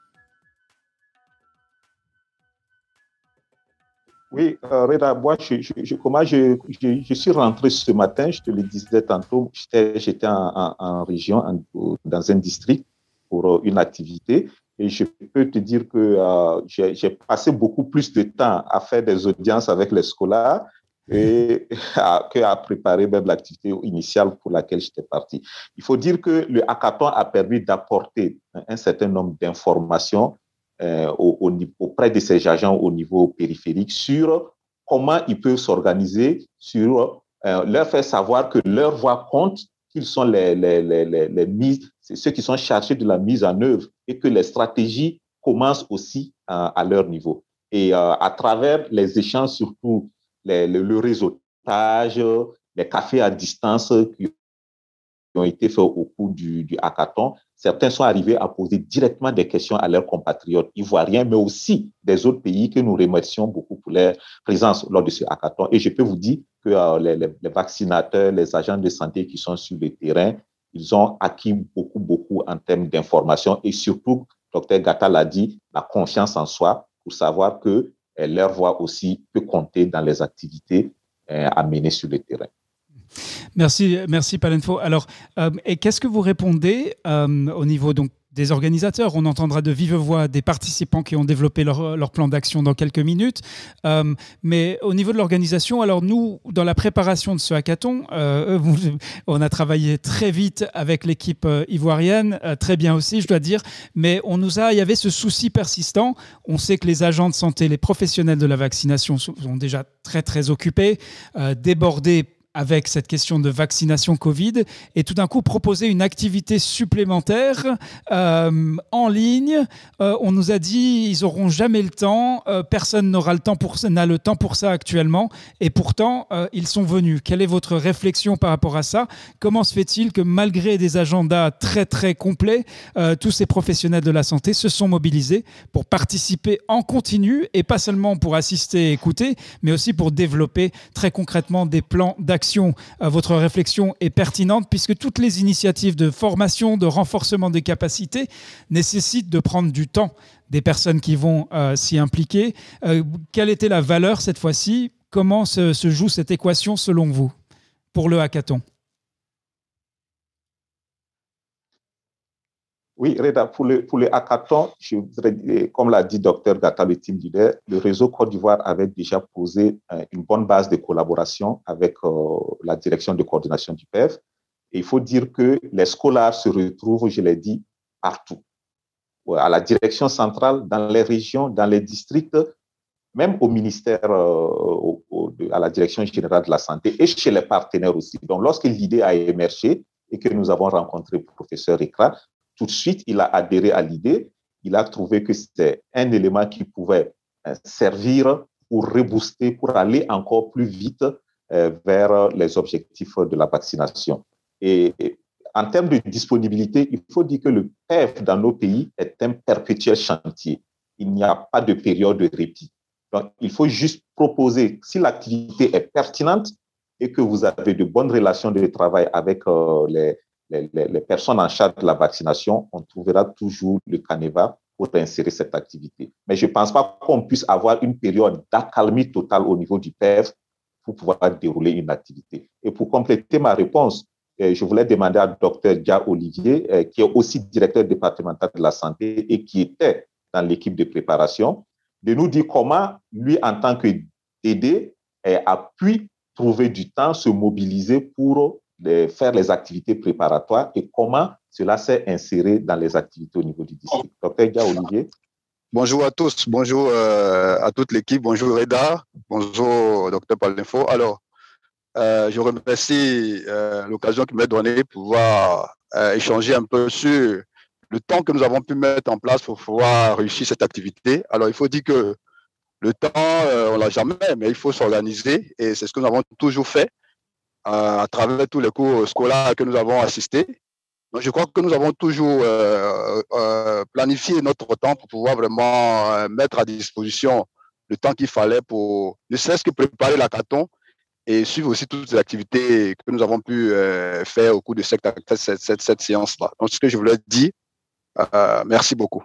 B: Oui, euh, Reda, moi, je, je, je, comment je, je, je suis rentré ce matin, je te le disais tantôt, j'étais, j'étais en, en, en région, en, dans un district pour une activité, et je peux te dire que euh, j'ai, j'ai passé beaucoup plus de temps à faire des audiences avec les scolaires et à, qu'à préparer même l'activité initiale pour laquelle j'étais parti. Il faut dire que le hackathon a permis d'apporter un, un certain nombre d'informations Euh, au, au, auprès de ces agents au niveau périphérique sur comment ils peuvent s'organiser, sur euh, leur faire savoir que leur voix compte, qu'ils sont les, les, les, les, les mises, c'est ceux qui sont chargés de la mise en œuvre et que les stratégies commencent aussi euh, à leur niveau. Et euh, à travers les échanges, surtout les, le, le réseautage, les cafés à distance qui ont été faits au cours du, du hackathon, certains sont arrivés à poser directement des questions à leurs compatriotes ivoiriens, mais aussi des autres pays que nous remercions beaucoup pour leur présence lors de ce hackathon. Et je peux vous dire que euh, les, les vaccinateurs, les agents de santé qui sont sur le terrain, ils ont acquis beaucoup, beaucoup en termes d'information et surtout, docteur Gata l'a dit, la confiance en soi pour savoir que euh, leur voix aussi peut compter dans les activités euh, à mener sur le terrain.
A: Merci, merci Palenfo. Alors, euh, et qu'est-ce que vous répondez euh, au niveau donc des organisateurs? On entendra de vive voix des participants qui ont développé leur, leur plan d'action dans quelques minutes. Euh, mais au niveau de l'organisation, alors nous, dans la préparation de ce hackathon, euh, on a travaillé très vite avec l'équipe ivoirienne, euh, très bien aussi, je dois dire. Mais on nous a, il y avait ce souci persistant. On sait que les agents de santé, les professionnels de la vaccination sont déjà très, très occupés, euh, débordés avec cette question de vaccination Covid, et tout d'un coup proposer une activité supplémentaire euh, en ligne. Euh, on nous a dit ils n'auront jamais le temps, euh, personne n'aura le temps pour ça, n'a le temps pour ça actuellement, et pourtant euh, ils sont venus. Quelle est votre réflexion par rapport à ça? Comment se fait-il que malgré des agendas très très complets, euh, tous ces professionnels de la santé se sont mobilisés pour participer en continu, et pas seulement pour assister et écouter, mais aussi pour développer très concrètement des plans d'action? Votre réflexion est pertinente puisque toutes les initiatives de formation, de renforcement des capacités nécessitent de prendre du temps des personnes qui vont euh, s'y impliquer. Euh, quelle était la valeur cette fois-ci? Comment se, se joue cette équation selon vous pour le hackathon?
B: Oui, Reda, pour le, pour le hackathon, je voudrais dire, comme l'a dit docteur Gata, le team leader, le réseau Côte d'Ivoire avait déjà posé euh, une bonne base de collaboration avec euh, la direction de coordination du P E F. Et il faut dire que les scolaires se retrouvent, je l'ai dit, partout. Ouais, à la direction centrale, dans les régions, dans les districts, même au ministère, euh, au, au, à la direction générale de la santé et chez les partenaires aussi. Donc, lorsque l'idée a émergé et que nous avons rencontré le professeur Ekra, tout de suite, il a adhéré à l'idée. Il a trouvé que c'était un élément qui pouvait euh, servir pour rebooster, pour aller encore plus vite euh, vers les objectifs de la vaccination. Et, et en termes de disponibilité, il faut dire que le P E F dans nos pays est un perpétuel chantier. Il n'y a pas de période de répit. Donc, il faut juste proposer, si l'activité est pertinente et que vous avez de bonnes relations de travail avec euh, les Les, les, les personnes en charge de la vaccination, on trouvera toujours le canevas pour insérer cette activité. Mais je ne pense pas qu'on puisse avoir une période d'accalmie totale au niveau du P E F pour pouvoir dérouler une activité. Et pour compléter ma réponse, euh, je voulais demander à docteur Dia Olivier, euh, qui est aussi directeur départemental de la santé et qui était dans l'équipe de préparation, de nous dire comment lui, en tant que D D, euh, a pu trouver du temps, se mobiliser pour de faire les activités préparatoires et comment cela s'est inséré dans les activités au niveau du district. Docteur Dia Olivier.
G: Bonjour à tous, bonjour euh, à toute l'équipe, bonjour Reda, bonjour docteur Palenfo. Alors, euh, je remercie euh, l'occasion qui m'est donnée pour pouvoir euh, échanger un peu sur le temps que nous avons pu mettre en place pour pouvoir réussir cette activité. Alors, il faut dire que le temps, euh, on ne l'a jamais, mais il faut s'organiser et c'est ce que nous avons toujours fait euh, à travers tous les cours scolaires que nous avons assistés. Donc, je crois que nous avons toujours euh, euh, planifié notre temps pour pouvoir vraiment euh, mettre à disposition le temps qu'il fallait pour ne serait-ce que préparer l'hackathon et suivre aussi toutes les activités que nous avons pu euh, faire au cours de cette, cette, cette, cette séance-là. Donc, ce que je voulais dire, euh, merci beaucoup.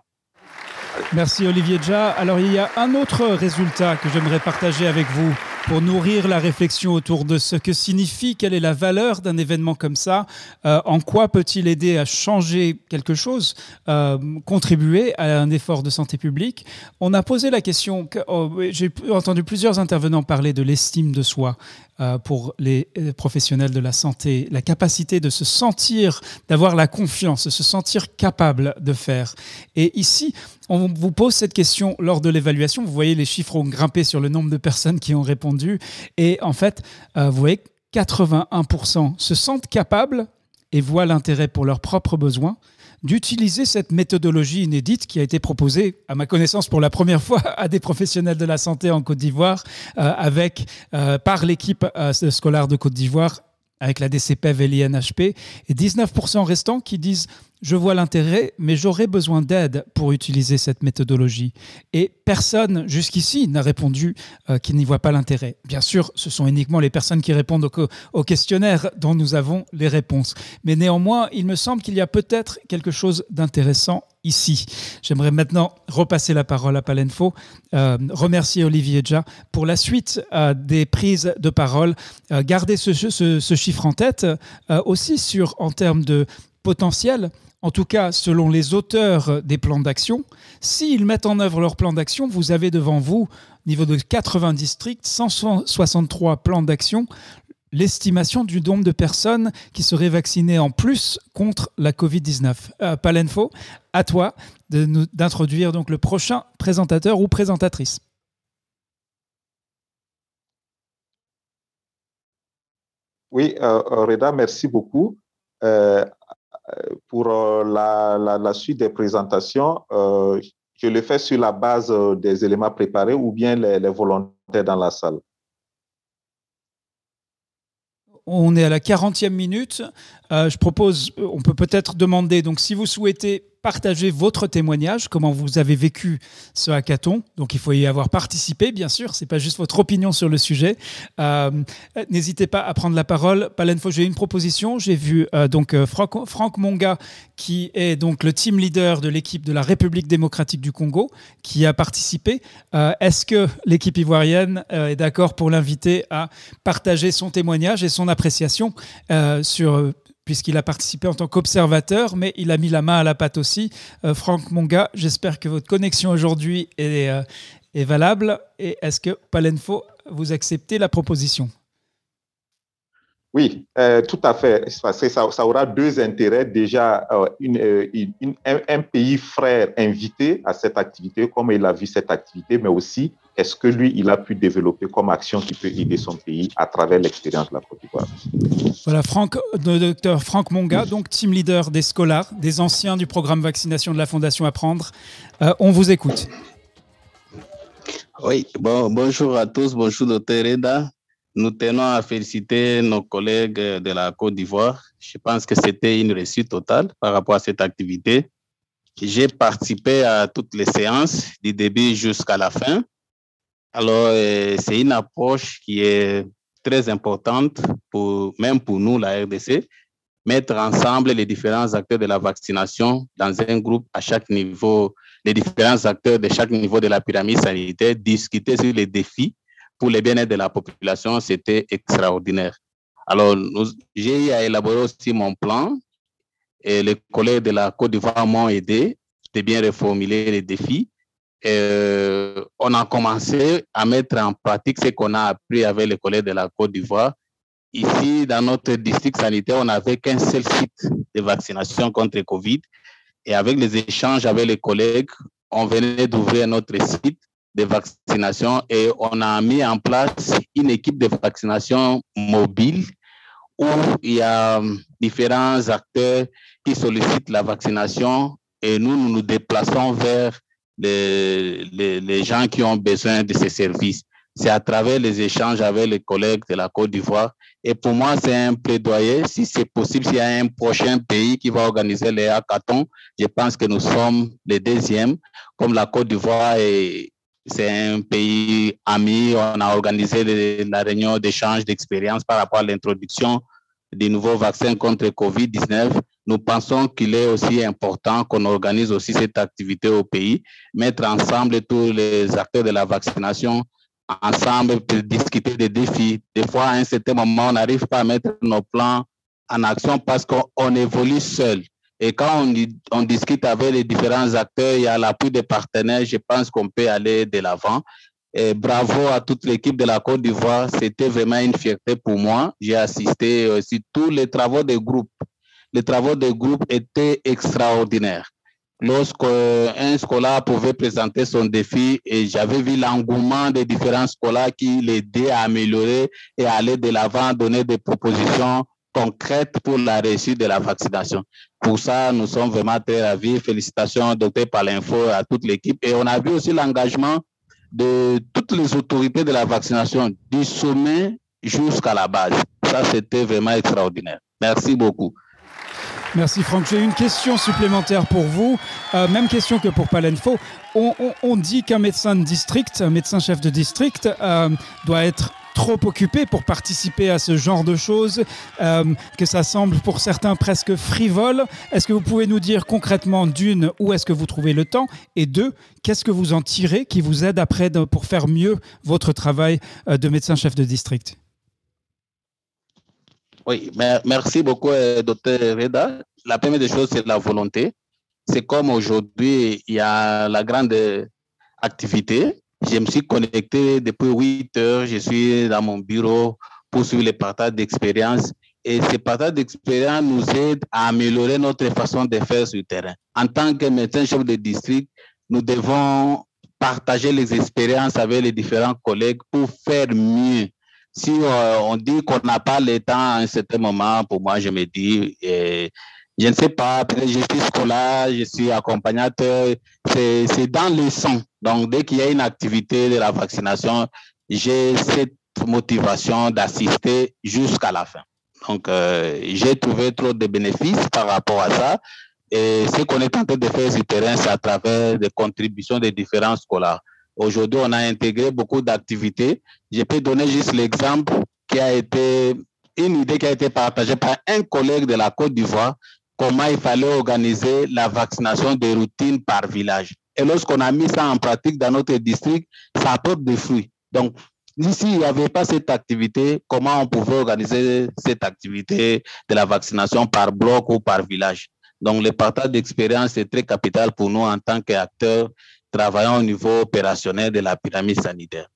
A: Merci Olivier Dja. Alors, il y a un autre résultat que j'aimerais partager avec vous pour nourrir la réflexion autour de ce que signifie, quelle est la valeur d'un événement comme ça, euh, en quoi peut-il aider à changer quelque chose, euh, contribuer à un effort de santé publique. On a posé la question, que, oh, j'ai entendu plusieurs intervenants parler de l'estime de soi euh, pour les professionnels de la santé, la capacité de se sentir, d'avoir la confiance, de se sentir capable de faire. Et ici, on vous pose cette question lors de l'évaluation. Vous voyez, les chiffres ont grimpé sur le nombre de personnes qui ont répondu. Et en fait, euh, vous voyez, quatre-vingt-un pour cent se sentent capables et voient l'intérêt pour leurs propres besoins d'utiliser cette méthodologie inédite qui a été proposée, à ma connaissance, pour la première fois à des professionnels de la santé en Côte d'Ivoire, euh, avec, euh, par l'équipe euh, scolaire de Côte d'Ivoire, avec la D C P E V et l'I N H P, et dix-neuf pour cent restants qui disent « je vois l'intérêt, mais j'aurais besoin d'aide pour utiliser cette méthodologie ». Et personne jusqu'ici n'a répondu euh, qu'il n'y voit pas l'intérêt. Bien sûr, ce sont uniquement les personnes qui répondent au, au questionnaire dont nous avons les réponses. Mais néanmoins, il me semble qu'il y a peut-être quelque chose d'intéressant ici. J'aimerais maintenant repasser la parole à Palenfo, euh, remercier Olivier Dja pour la suite euh, des prises de parole. Euh, garder ce, ce, ce chiffre en tête, euh, aussi sur, en termes de potentiel, en tout cas selon les auteurs des plans d'action. S'ils mettent en œuvre leur plan d'action, vous avez devant vous, au niveau de quatre-vingts districts, cent soixante-trois plans d'action, l'estimation du nombre de personnes qui seraient vaccinées en plus contre la covid dix-neuf. Euh, Palenfo, à toi de nous, d'introduire donc le prochain présentateur ou présentatrice.
B: Oui, euh, Reda, merci beaucoup. Euh, pour euh, la, la, la suite des présentations, euh, je le fais sur la base des éléments préparés ou bien les, les volontaires dans la salle.
A: On est à la quarantième minute. Euh, je propose, on peut peut-être demander, donc si vous souhaitez partager votre témoignage, comment vous avez vécu ce hackathon. Donc il faut y avoir participé, bien sûr, ce n'est pas juste votre opinion sur le sujet. Euh, n'hésitez pas à prendre la parole. Palenfo, j'ai une proposition. J'ai vu euh, donc euh, Franck, Franck Monga, qui est donc le team leader de l'équipe de la République démocratique du Congo, qui a participé. Euh, est-ce que l'équipe ivoirienne euh, est d'accord pour l'inviter à partager son témoignage et son appréciation euh, sur... puisqu'il a participé en tant qu'observateur, mais il a mis la main à la pâte aussi. Euh, Franck Monga, j'espère que votre connexion aujourd'hui est, euh, est valable. Et est-ce que, Palenfo, vous acceptez la proposition ?
B: Oui, euh, tout à fait. Parce que ça, ça aura deux intérêts. Déjà, euh, une, euh, une, un, un pays frère invité à cette activité, comme il a vu cette activité, mais aussi, est-ce que lui, il a pu développer comme action qui peut aider son pays à travers l'expérience de la Côte d'Ivoire.
A: Voilà, Franck, docteur Franck Monga, donc team leader des scolaires, des anciens du programme vaccination de la Fondation Apprendre. Euh, on vous écoute.
H: Oui, bon, bonjour à tous, bonjour docteur Reda. Nous tenons à féliciter nos collègues de la Côte d'Ivoire. Je pense que c'était une réussite totale par rapport à cette activité. J'ai participé à toutes les séances, du début jusqu'à la fin. Alors, euh, c'est une approche qui est très importante, pour, même pour nous, la R D C, mettre ensemble les différents acteurs de la vaccination dans un groupe à chaque niveau, les différents acteurs de chaque niveau de la pyramide sanitaire, discuter sur les défis pour le bien-être de la population, c'était extraordinaire. Alors, nous, j'ai eu à élaborer aussi mon plan et les collègues de la Côte d'Ivoire m'ont aidé de bien reformuler les défis. Euh, on a commencé à mettre en pratique ce qu'on a appris avec les collègues de la Côte d'Ivoire. Ici, dans notre district sanitaire, on n'avait qu'un seul site de vaccination contre le Covid. Et avec les échanges avec les collègues, on venait d'ouvrir notre site de vaccination et on a mis en place une équipe de vaccination mobile où il y a différents acteurs qui sollicitent la vaccination et nous, nous nous déplaçons vers les, les, les gens qui ont besoin de ces services. C'est à travers les échanges avec les collègues de la Côte d'Ivoire. Et pour moi, c'est un plaidoyer. Si c'est possible, s'il y a un prochain pays qui va organiser les hackathons, je pense que nous sommes les deuxièmes. Comme la Côte d'Ivoire, et c'est un pays ami, on a organisé les, la réunion d'échange d'expérience par rapport à l'introduction des nouveaux vaccins contre covid dix-neuf. Nous pensons qu'il est aussi important qu'on organise aussi cette activité au pays, mettre ensemble tous les acteurs de la vaccination ensemble pour discuter des défis. Des fois, à un certain moment, on n'arrive pas à mettre nos plans en action parce qu'on évolue seul. Et quand on, on discute avec les différents acteurs, il y a l'appui des partenaires, je pense qu'on peut aller de l'avant. Et bravo à toute l'équipe de la Côte d'Ivoire. C'était vraiment une fierté pour moi. J'ai assisté aussi tous les travaux des groupes. Les travaux des groupes étaient extraordinaires. Lorsqu'un scolaire pouvait présenter son défi, et j'avais vu l'engouement des différents scolaires qui l'aidaient à améliorer et à aller de l'avant, donner des propositions concrètes pour la réussite de la vaccination. Pour ça, nous sommes vraiment très ravis. Félicitations, docteur Palenfo, à toute l'équipe. Et on a vu aussi l'engagement de toutes les autorités de la vaccination, du sommet jusqu'à la base. Ça, c'était vraiment extraordinaire. Merci beaucoup.
A: Merci Franck. J'ai une question supplémentaire pour vous, euh, même question que pour Palenfo. On, on, on dit qu'un médecin de district, un médecin chef de district euh, doit être trop occupé pour participer à ce genre de choses, euh, que ça semble pour certains presque frivole. Est-ce que vous pouvez nous dire concrètement, d'une, où est-ce que vous trouvez le temps, et deux, qu'est-ce que vous en tirez qui vous aide après de, pour faire mieux votre travail euh, de médecin chef de district?
H: Oui, merci beaucoup, docteur Reda. La première des choses, c'est la volonté. C'est comme aujourd'hui, il y a la grande activité. Je me suis connecté depuis huit heures. Je suis dans mon bureau pour suivre les partages d'expérience. Et ces partages d'expérience nous aident à améliorer notre façon de faire sur le terrain. En tant que médecin chef de district, nous devons partager les expériences avec les différents collègues pour faire mieux. Si euh, on dit qu'on n'a pas le temps à un certain moment, pour moi, je me dis, eh, je ne sais pas, peut-être je suis scolaire, je suis accompagnateur, c'est, c'est dans le sang. Donc, dès qu'il y a une activité de la vaccination, j'ai cette motivation d'assister jusqu'à la fin. Donc, euh, j'ai trouvé trop de bénéfices par rapport à ça. Et ce qu'on est en train de faire sur le terrain, c'est à travers des contributions des différents scolaires. Aujourd'hui, on a intégré beaucoup d'activités. Je peux donner juste l'exemple qui a été, une idée qui a été partagée par un collègue de la Côte d'Ivoire, comment il fallait organiser la vaccination de routine par village. Et lorsqu'on a mis ça en pratique dans notre district, ça apporte des fruits. Donc, ici, il n'y avait pas cette activité, comment on pouvait organiser cette activité de la vaccination par bloc ou par village. Donc, le partage d'expérience est très capital pour nous en tant qu'acteurs travaillant au niveau opérationnel de la pyramide sanitaire.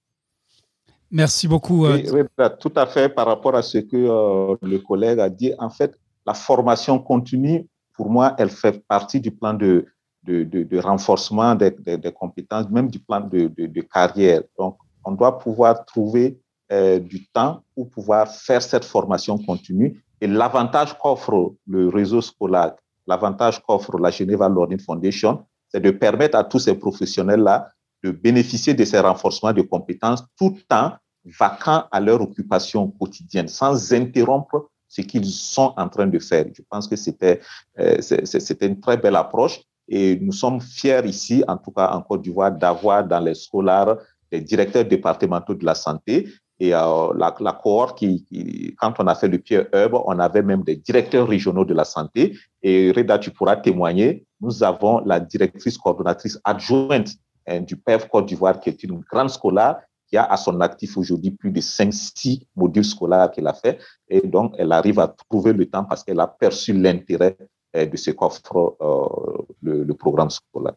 A: Merci beaucoup.
B: Oui, oui, tout à fait par rapport à ce que euh, le collègue a dit. En fait, la formation continue, pour moi, elle fait partie du plan de, de, de, de renforcement des, des, des compétences, même du plan de, de, de carrière. Donc, on doit pouvoir trouver euh, du temps pour pouvoir faire cette formation continue. Et l'avantage qu'offre le réseau scolaire, l'avantage qu'offre la Geneva Learning Foundation, c'est de permettre à tous ces professionnels-là de bénéficier de ces renforcements de compétences tout en vacant à leur occupation quotidienne, sans interrompre ce qu'ils sont en train de faire. Je pense que c'était, euh, c'était une très belle approche et nous sommes fiers ici, en tout cas en Côte d'Ivoire, d'avoir dans les scolaires des directeurs départementaux de la santé et euh, la, la cohorte qui, qui, quand on a fait le Pierre Hub, on avait même des directeurs régionaux de la santé et Reda, tu pourras témoigner, nous avons la directrice coordonnatrice adjointe hein, du P E V Côte d'Ivoire qui est une grande scolaire qui a à son actif aujourd'hui plus de cinq six modules scolaires qu'elle a fait. Et donc, elle arrive à trouver le temps parce qu'elle a perçu l'intérêt eh, de ce qu'offre euh, le, le programme scolaire.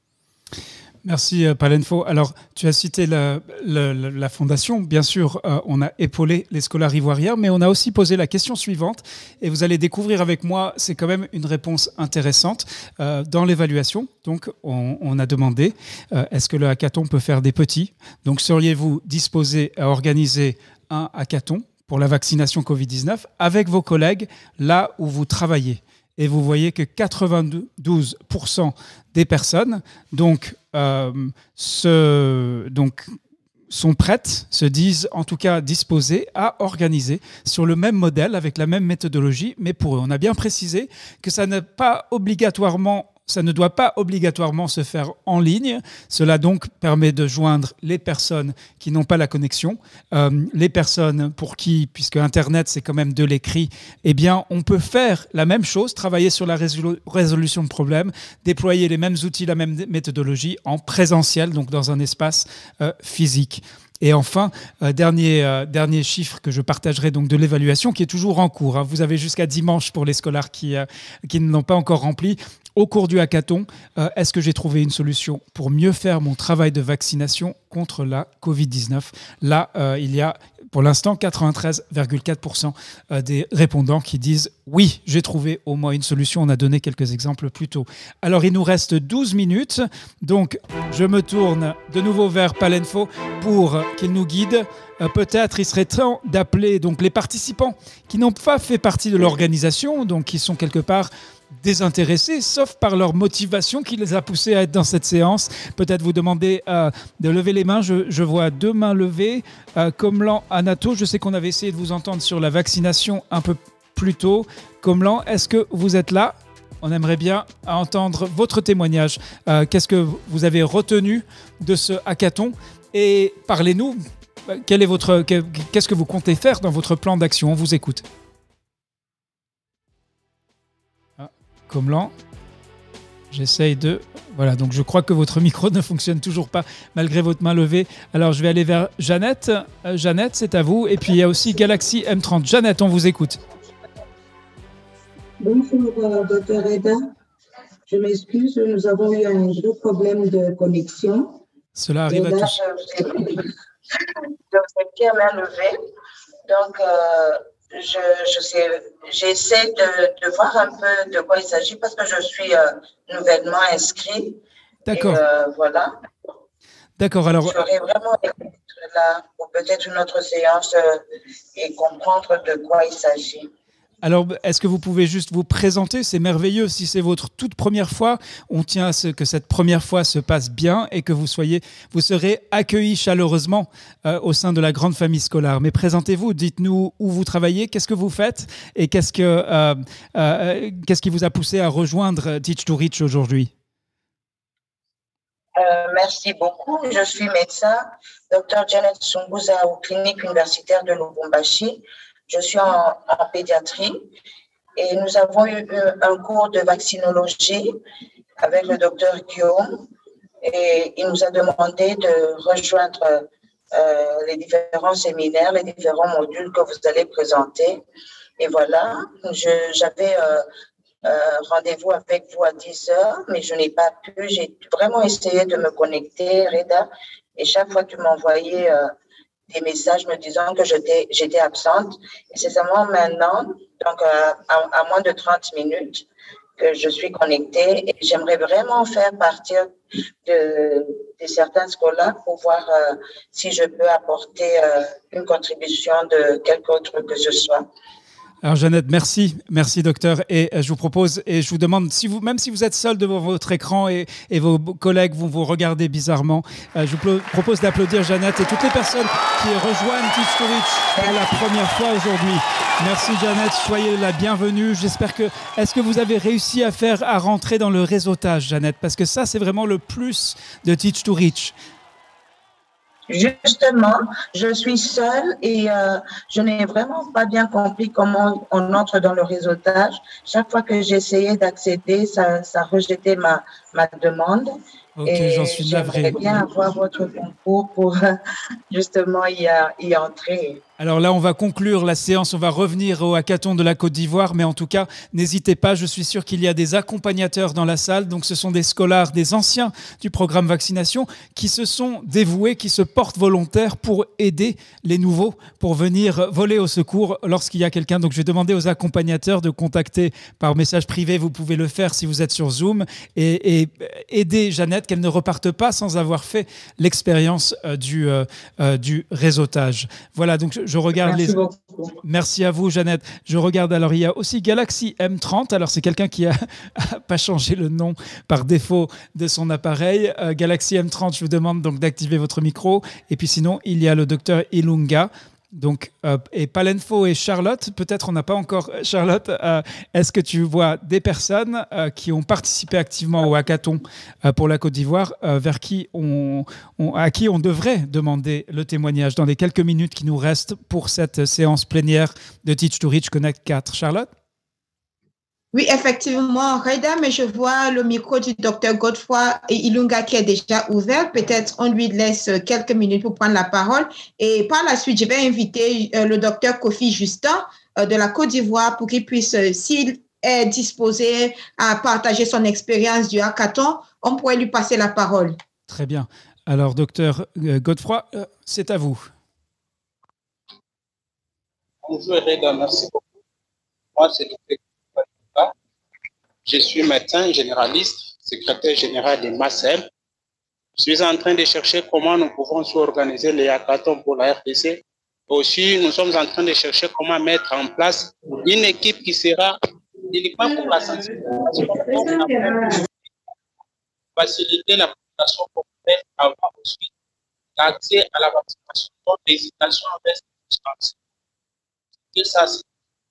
A: Merci Palenfo. Alors, tu as cité la, la, la fondation. Bien sûr, euh, on a épaulé les scolaires ivoiriens, mais on a aussi posé la question suivante. Et vous allez découvrir avec moi, c'est quand même une réponse intéressante. Euh, dans l'évaluation, donc, on, on a demandé, euh, est-ce que le hackathon peut faire des petits ? Donc, seriez-vous disposé à organiser un hackathon pour la vaccination covid dix-neuf avec vos collègues là où vous travaillez ? et vous voyez que quatre-vingt-douze pour cent des personnes donc, euh, se, donc, sont prêtes, se disent en tout cas disposées à organiser sur le même modèle, avec la même méthodologie, mais pour eux. On a bien précisé que ça n'est pas obligatoirement Ça ne doit pas obligatoirement se faire en ligne. Cela donc permet de joindre les personnes qui n'ont pas la connexion, euh, les personnes pour qui, puisque Internet c'est quand même de l'écrit, eh bien on peut faire la même chose, travailler sur la résolu- résolution de problèmes, déployer les mêmes outils, la même méthodologie en présentiel, donc dans un espace euh, physique. Et enfin, euh, dernier, euh, dernier chiffre que je partagerai donc de l'évaluation qui est toujours en cours. Hein. Vous avez jusqu'à dimanche pour les scolaires qui, euh, qui ne l'ont pas encore rempli. Au cours du hackathon, euh, est-ce que j'ai trouvé une solution pour mieux faire mon travail de vaccination contre la covid dix-neuf ? Là, euh, il y a pour l'instant quatre-vingt-treize virgule quatre pour cent des répondants qui disent « Oui, j'ai trouvé au moins une solution ». On a donné quelques exemples plus tôt. Alors, il nous reste douze minutes. Donc, je me tourne de nouveau vers Palenfo pour qu'il nous guide. Euh, peut-être il serait temps d'appeler donc, les participants qui n'ont pas fait partie de l'organisation, donc qui sont quelque part désintéressés, sauf par leur motivation qui les a poussés à être dans cette séance. Peut-être vous demander euh, de lever les mains. Je, je vois deux mains levées. Euh, Komlan, Anato, je sais qu'on avait essayé de vous entendre sur la vaccination un peu plus tôt. Komlan, est-ce que vous êtes là ? On aimerait bien entendre votre témoignage. Euh, qu'est-ce que vous avez retenu de ce hackathon ? Et parlez-nous, quel est votre, qu'est-ce que vous comptez faire dans votre plan d'action ? On vous écoute. Komlan, j'essaye de... Voilà, donc je crois que votre micro ne fonctionne toujours pas malgré votre main levée. Alors je vais aller vers Jeannette. Euh, Jeannette, c'est à vous. Et puis il y a aussi Galaxy M trente. Jeannette, on vous écoute.
I: Bonjour, docteur Reda. Je m'excuse, nous avons eu un gros problème de connexion.
A: Cela arrive
I: Et là,
A: à tous.
I: Je vous ai, je vous ai bien main levée. Donc, euh, Je, je sais, j'essaie de, de voir un peu de quoi il s'agit parce que je suis euh, nouvellement inscrit.
A: D'accord.
I: Et euh, voilà.
A: D'accord. Alors.
I: J'aurais vraiment aimé être là pour peut-être une autre séance euh, et comprendre de quoi il s'agit.
A: Alors, est-ce que vous pouvez juste vous présenter ? C'est merveilleux. Si c'est votre toute première fois, on tient à ce que cette première fois se passe bien et que vous soyez, vous serez accueillis chaleureusement euh, au sein de la grande famille scolaire. Mais présentez-vous, dites-nous où vous travaillez, qu'est-ce que vous faites et qu'est-ce, que, euh, euh, qu'est-ce qui vous a poussé à rejoindre Teach to Reach aujourd'hui ?
I: Euh, merci beaucoup. Je suis médecin, docteur Janet Sungouza, aux cliniques universitaires de Lubumbashi. Je suis en, en pédiatrie et nous avons eu un cours de vaccinologie avec le docteur Guillaume et il nous a demandé de rejoindre euh, les différents séminaires, les différents modules que vous allez présenter. Et voilà, je, j'avais euh, euh, rendez-vous avec vous à dix heures, mais je n'ai pas pu. J'ai vraiment essayé de me connecter, Reda, et chaque fois tu m'envoyais euh, des messages me disant que j'étais, j'étais absente. Et c'est seulement maintenant, donc euh, à, à moins de trente minutes, que je suis connectée. Et j'aimerais vraiment faire partir de, de certains scolaires pour voir euh, si je peux apporter euh, une contribution de quelque autre que ce soit.
A: Alors Jeannette, merci, merci docteur. Et je vous propose, et je vous demande, si vous, même si vous êtes seul devant votre écran et, et vos collègues vont vous regarder bizarrement, euh, je vous propose d'applaudir Jeannette et toutes les personnes qui rejoignent Teach to Reach pour la première fois aujourd'hui. Merci Jeannette, soyez la bienvenue. J'espère que, est-ce que vous avez réussi à faire, à rentrer dans le réseautage, Jeannette ? Parce que ça, c'est vraiment le plus de Teach to Reach.
I: Justement, je suis seule et euh, je n'ai vraiment pas bien compris comment on entre dans le réseautage. Chaque fois que j'essayais d'accéder, ça, ça rejetait ma, ma demande.
A: Ok,
I: et
A: j'en suis navré.
I: J'aimerais bien avoir votre concours pour justement y, y entrer.
A: Alors là, on va conclure la séance, on va revenir au hackathon de la Côte d'Ivoire, mais en tout cas, n'hésitez pas, je suis sûr qu'il y a des accompagnateurs dans la salle, donc ce sont des scolaires, des anciens du programme vaccination qui se sont dévoués, qui se portent volontaires pour aider les nouveaux, pour venir voler au secours lorsqu'il y a quelqu'un. Donc je vais demander aux accompagnateurs de contacter par message privé, vous pouvez le faire si vous êtes sur Zoom, et, et aider Jeannette qu'elle ne reparte pas sans avoir fait l'expérience euh, du, euh, euh, du réseautage. Voilà, donc je, je regarde
E: Merci
A: les...
E: beaucoup.
A: Merci à vous, Jeannette. Je regarde, alors il y a aussi Galaxy M trente. Alors c'est quelqu'un qui a pas changé le nom par défaut de son appareil. Euh, Galaxy M trente, je vous demande donc d'activer votre micro. Et puis sinon, il y a le docteur Ilunga. Donc, euh, et Palenfo et Charlotte, peut-être on n'a pas encore Charlotte, euh, est-ce que tu vois des personnes euh, qui ont participé activement au hackathon euh, pour la Côte d'Ivoire, euh, vers qui on, on, à qui on devrait demander le témoignage dans les quelques minutes qui nous restent pour cette séance plénière de Teach to Reach Connect quatre. Charlotte?
J: Oui, effectivement, Reda, mais je vois le micro du docteur Godefroy et Ilunga qui est déjà ouvert. Peut-être on lui laisse quelques minutes pour prendre la parole. Et par la suite, je vais inviter euh, le docteur Kofi Justin euh, de la Côte d'Ivoire pour qu'il puisse, euh, s'il est disposé à partager son expérience du hackathon, on pourrait lui passer la parole.
A: Très bien. Alors, docteur euh, Godefroy, euh, c'est à vous.
K: Bonjour Reda, merci beaucoup. Moi, c'est le docteur Je suis médecin généraliste, secrétaire général de M A C E L. Je suis en train de chercher comment nous pouvons organiser les hackathons pour la R D C. Aussi, nous sommes en train de chercher comment mettre en place une équipe qui sera uniquement pour la sensibilisation, faciliter la population complète, avoir aussi l'accès à la vaccination, donc l'hésitation avec les distances. Et ça, c'est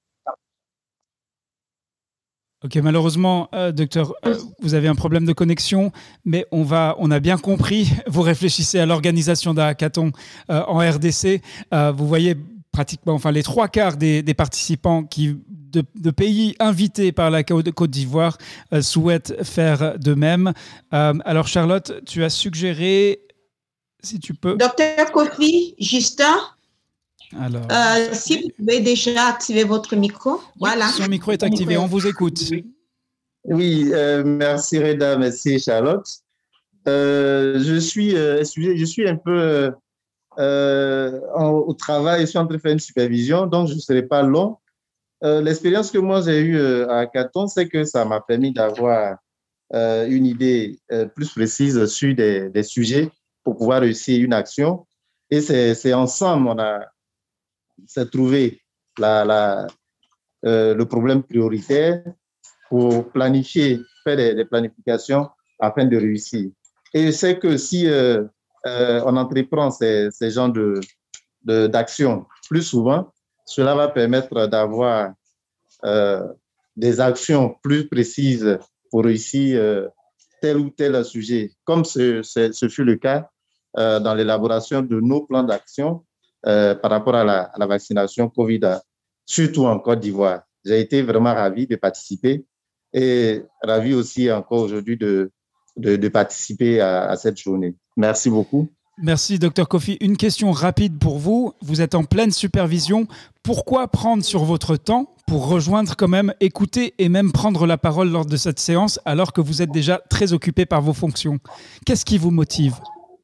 A: Ok, malheureusement, euh, docteur, euh, vous avez un problème de connexion, mais on, va, on a bien compris. Vous réfléchissez à l'organisation d'un hackathon euh, en R D C. Euh, vous voyez pratiquement, enfin, les trois quarts des, des participants qui, de, de pays invités par la Côte d'Ivoire euh, souhaitent faire de même. Euh, alors, Charlotte, tu as suggéré, si tu peux...
J: Docteur Kofi Justin.
A: Alors,
J: euh, si vous pouvez déjà activer votre micro, voilà.
A: Son micro est activé, on vous écoute.
L: Oui, euh, merci Reda, merci Charlotte. Euh, je suis, euh, excusez, je suis un peu euh, en, au travail, je suis en train de faire une supervision, donc je ne serai pas long. Euh, l'expérience que moi j'ai eue à Hackathon, c'est que ça m'a permis d'avoir euh, une idée euh, plus précise sur des, des sujets pour pouvoir réussir une action. Et c'est ensemble, on a c'est trouver la, la, euh, le problème prioritaire pour planifier, faire des, des planifications afin de réussir. Et je sais que si euh, euh, on entreprend ces, ces genres de, de, d'actions plus souvent, cela va permettre d'avoir euh, des actions plus précises pour réussir euh, tel ou tel sujet, comme ce, ce, ce fut le cas euh, dans l'élaboration de nos plans d'action Euh, par rapport à la, à la vaccination Covid, surtout en Côte d'Ivoire. J'ai été vraiment ravi de participer et ravi aussi encore aujourd'hui de, de, de participer à, à cette journée. Merci beaucoup.
A: Merci, docteur Kofi. Une question rapide pour vous. Vous êtes en pleine supervision. Pourquoi prendre sur votre temps pour rejoindre quand même, écouter et même prendre la parole lors de cette séance alors que vous êtes déjà très occupé par vos fonctions? Qu'est-ce qui vous motive?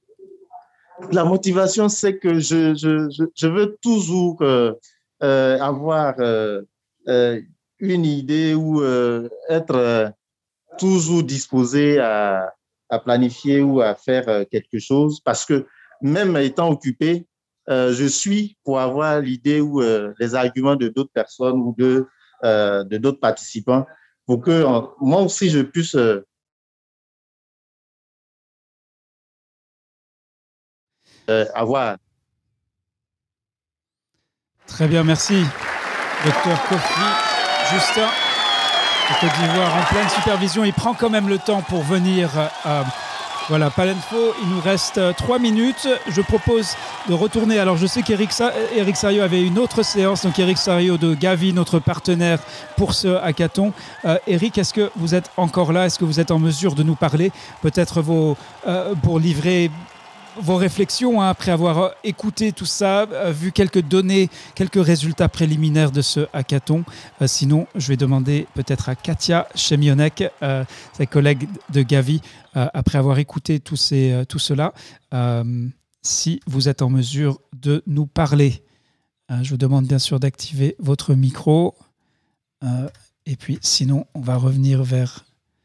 L: La motivation, c'est que je, je, je, je veux toujours euh, euh, avoir euh, euh, une idée ou euh, être euh, toujours disposé à, à planifier ou à faire euh, quelque chose parce que même étant occupé, euh, je suis pour avoir l'idée ou euh, les arguments de d'autres personnes ou de, euh, de d'autres participants pour que euh, moi aussi je puisse euh, Euh, avoir.
A: Très bien, merci. Docteur Kofi Justin, de Côte d'Ivoire, en pleine supervision. Il prend quand même le temps pour venir. Euh, voilà, Palenfo, il nous reste trois minutes. Je propose de retourner. Alors, je sais qu'Éric Sa- Éric Sario avait une autre séance. Donc, Éric Sario de Gavi, notre partenaire pour ce hackathon. Euh, Éric, est-ce que vous êtes encore là? Est-ce que vous êtes en mesure de nous parler? Peut-être vos, euh, pour livrer vos réflexions, hein, après avoir écouté tout ça, euh, vu quelques données, quelques résultats préliminaires de ce hackathon. Euh, sinon, je vais demander peut-être à Katia Chemionek, euh, sa collègue de Gavi, euh, après avoir écouté tout, ces, euh, tout cela, euh, si vous êtes en mesure de nous parler. Euh, je vous demande bien sûr d'activer votre micro. Euh, et puis, sinon, on va revenir vers...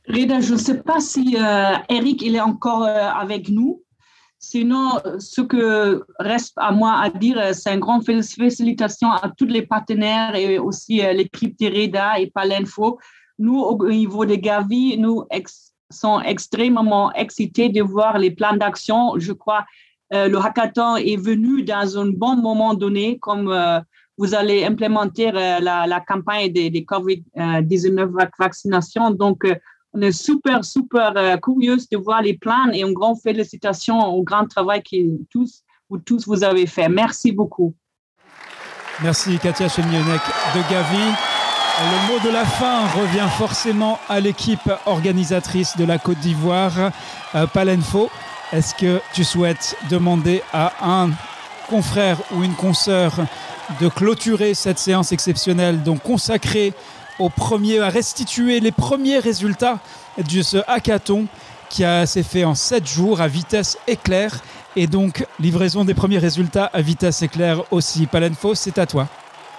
M: Reda, je ne sais pas si euh, Eric il est encore euh, avec nous. Sinon, ce que reste à moi à dire, c'est une grande félicitations à tous les partenaires et aussi euh, l'équipe de Reda et Palenfo. Nous, au niveau de Gavi, nous ex- sommes extrêmement excités de voir les plans d'action. Je crois que euh, le hackathon est venu dans un bon moment donné, comme euh, vous allez implémenter euh, la, la campagne des de covid dix-neuf vaccination. Donc, euh, on est super, super euh, curieux de voir les plans et une grande félicitation au grand travail que tous, vous tous vous avez fait. Merci beaucoup.
A: Merci Katia Chemionek de Gavi. Le mot de la fin revient forcément à l'équipe organisatrice de la Côte d'Ivoire, euh, Palenfo. Est-ce que tu souhaites demander à un confrère ou une consoeur de clôturer cette séance exceptionnelle, donc consacrée au premier, à restituer les premiers résultats de ce hackathon qui a, s'est fait en sept jours à vitesse éclair et donc livraison des premiers résultats à vitesse éclair aussi. Palenfo, c'est à toi.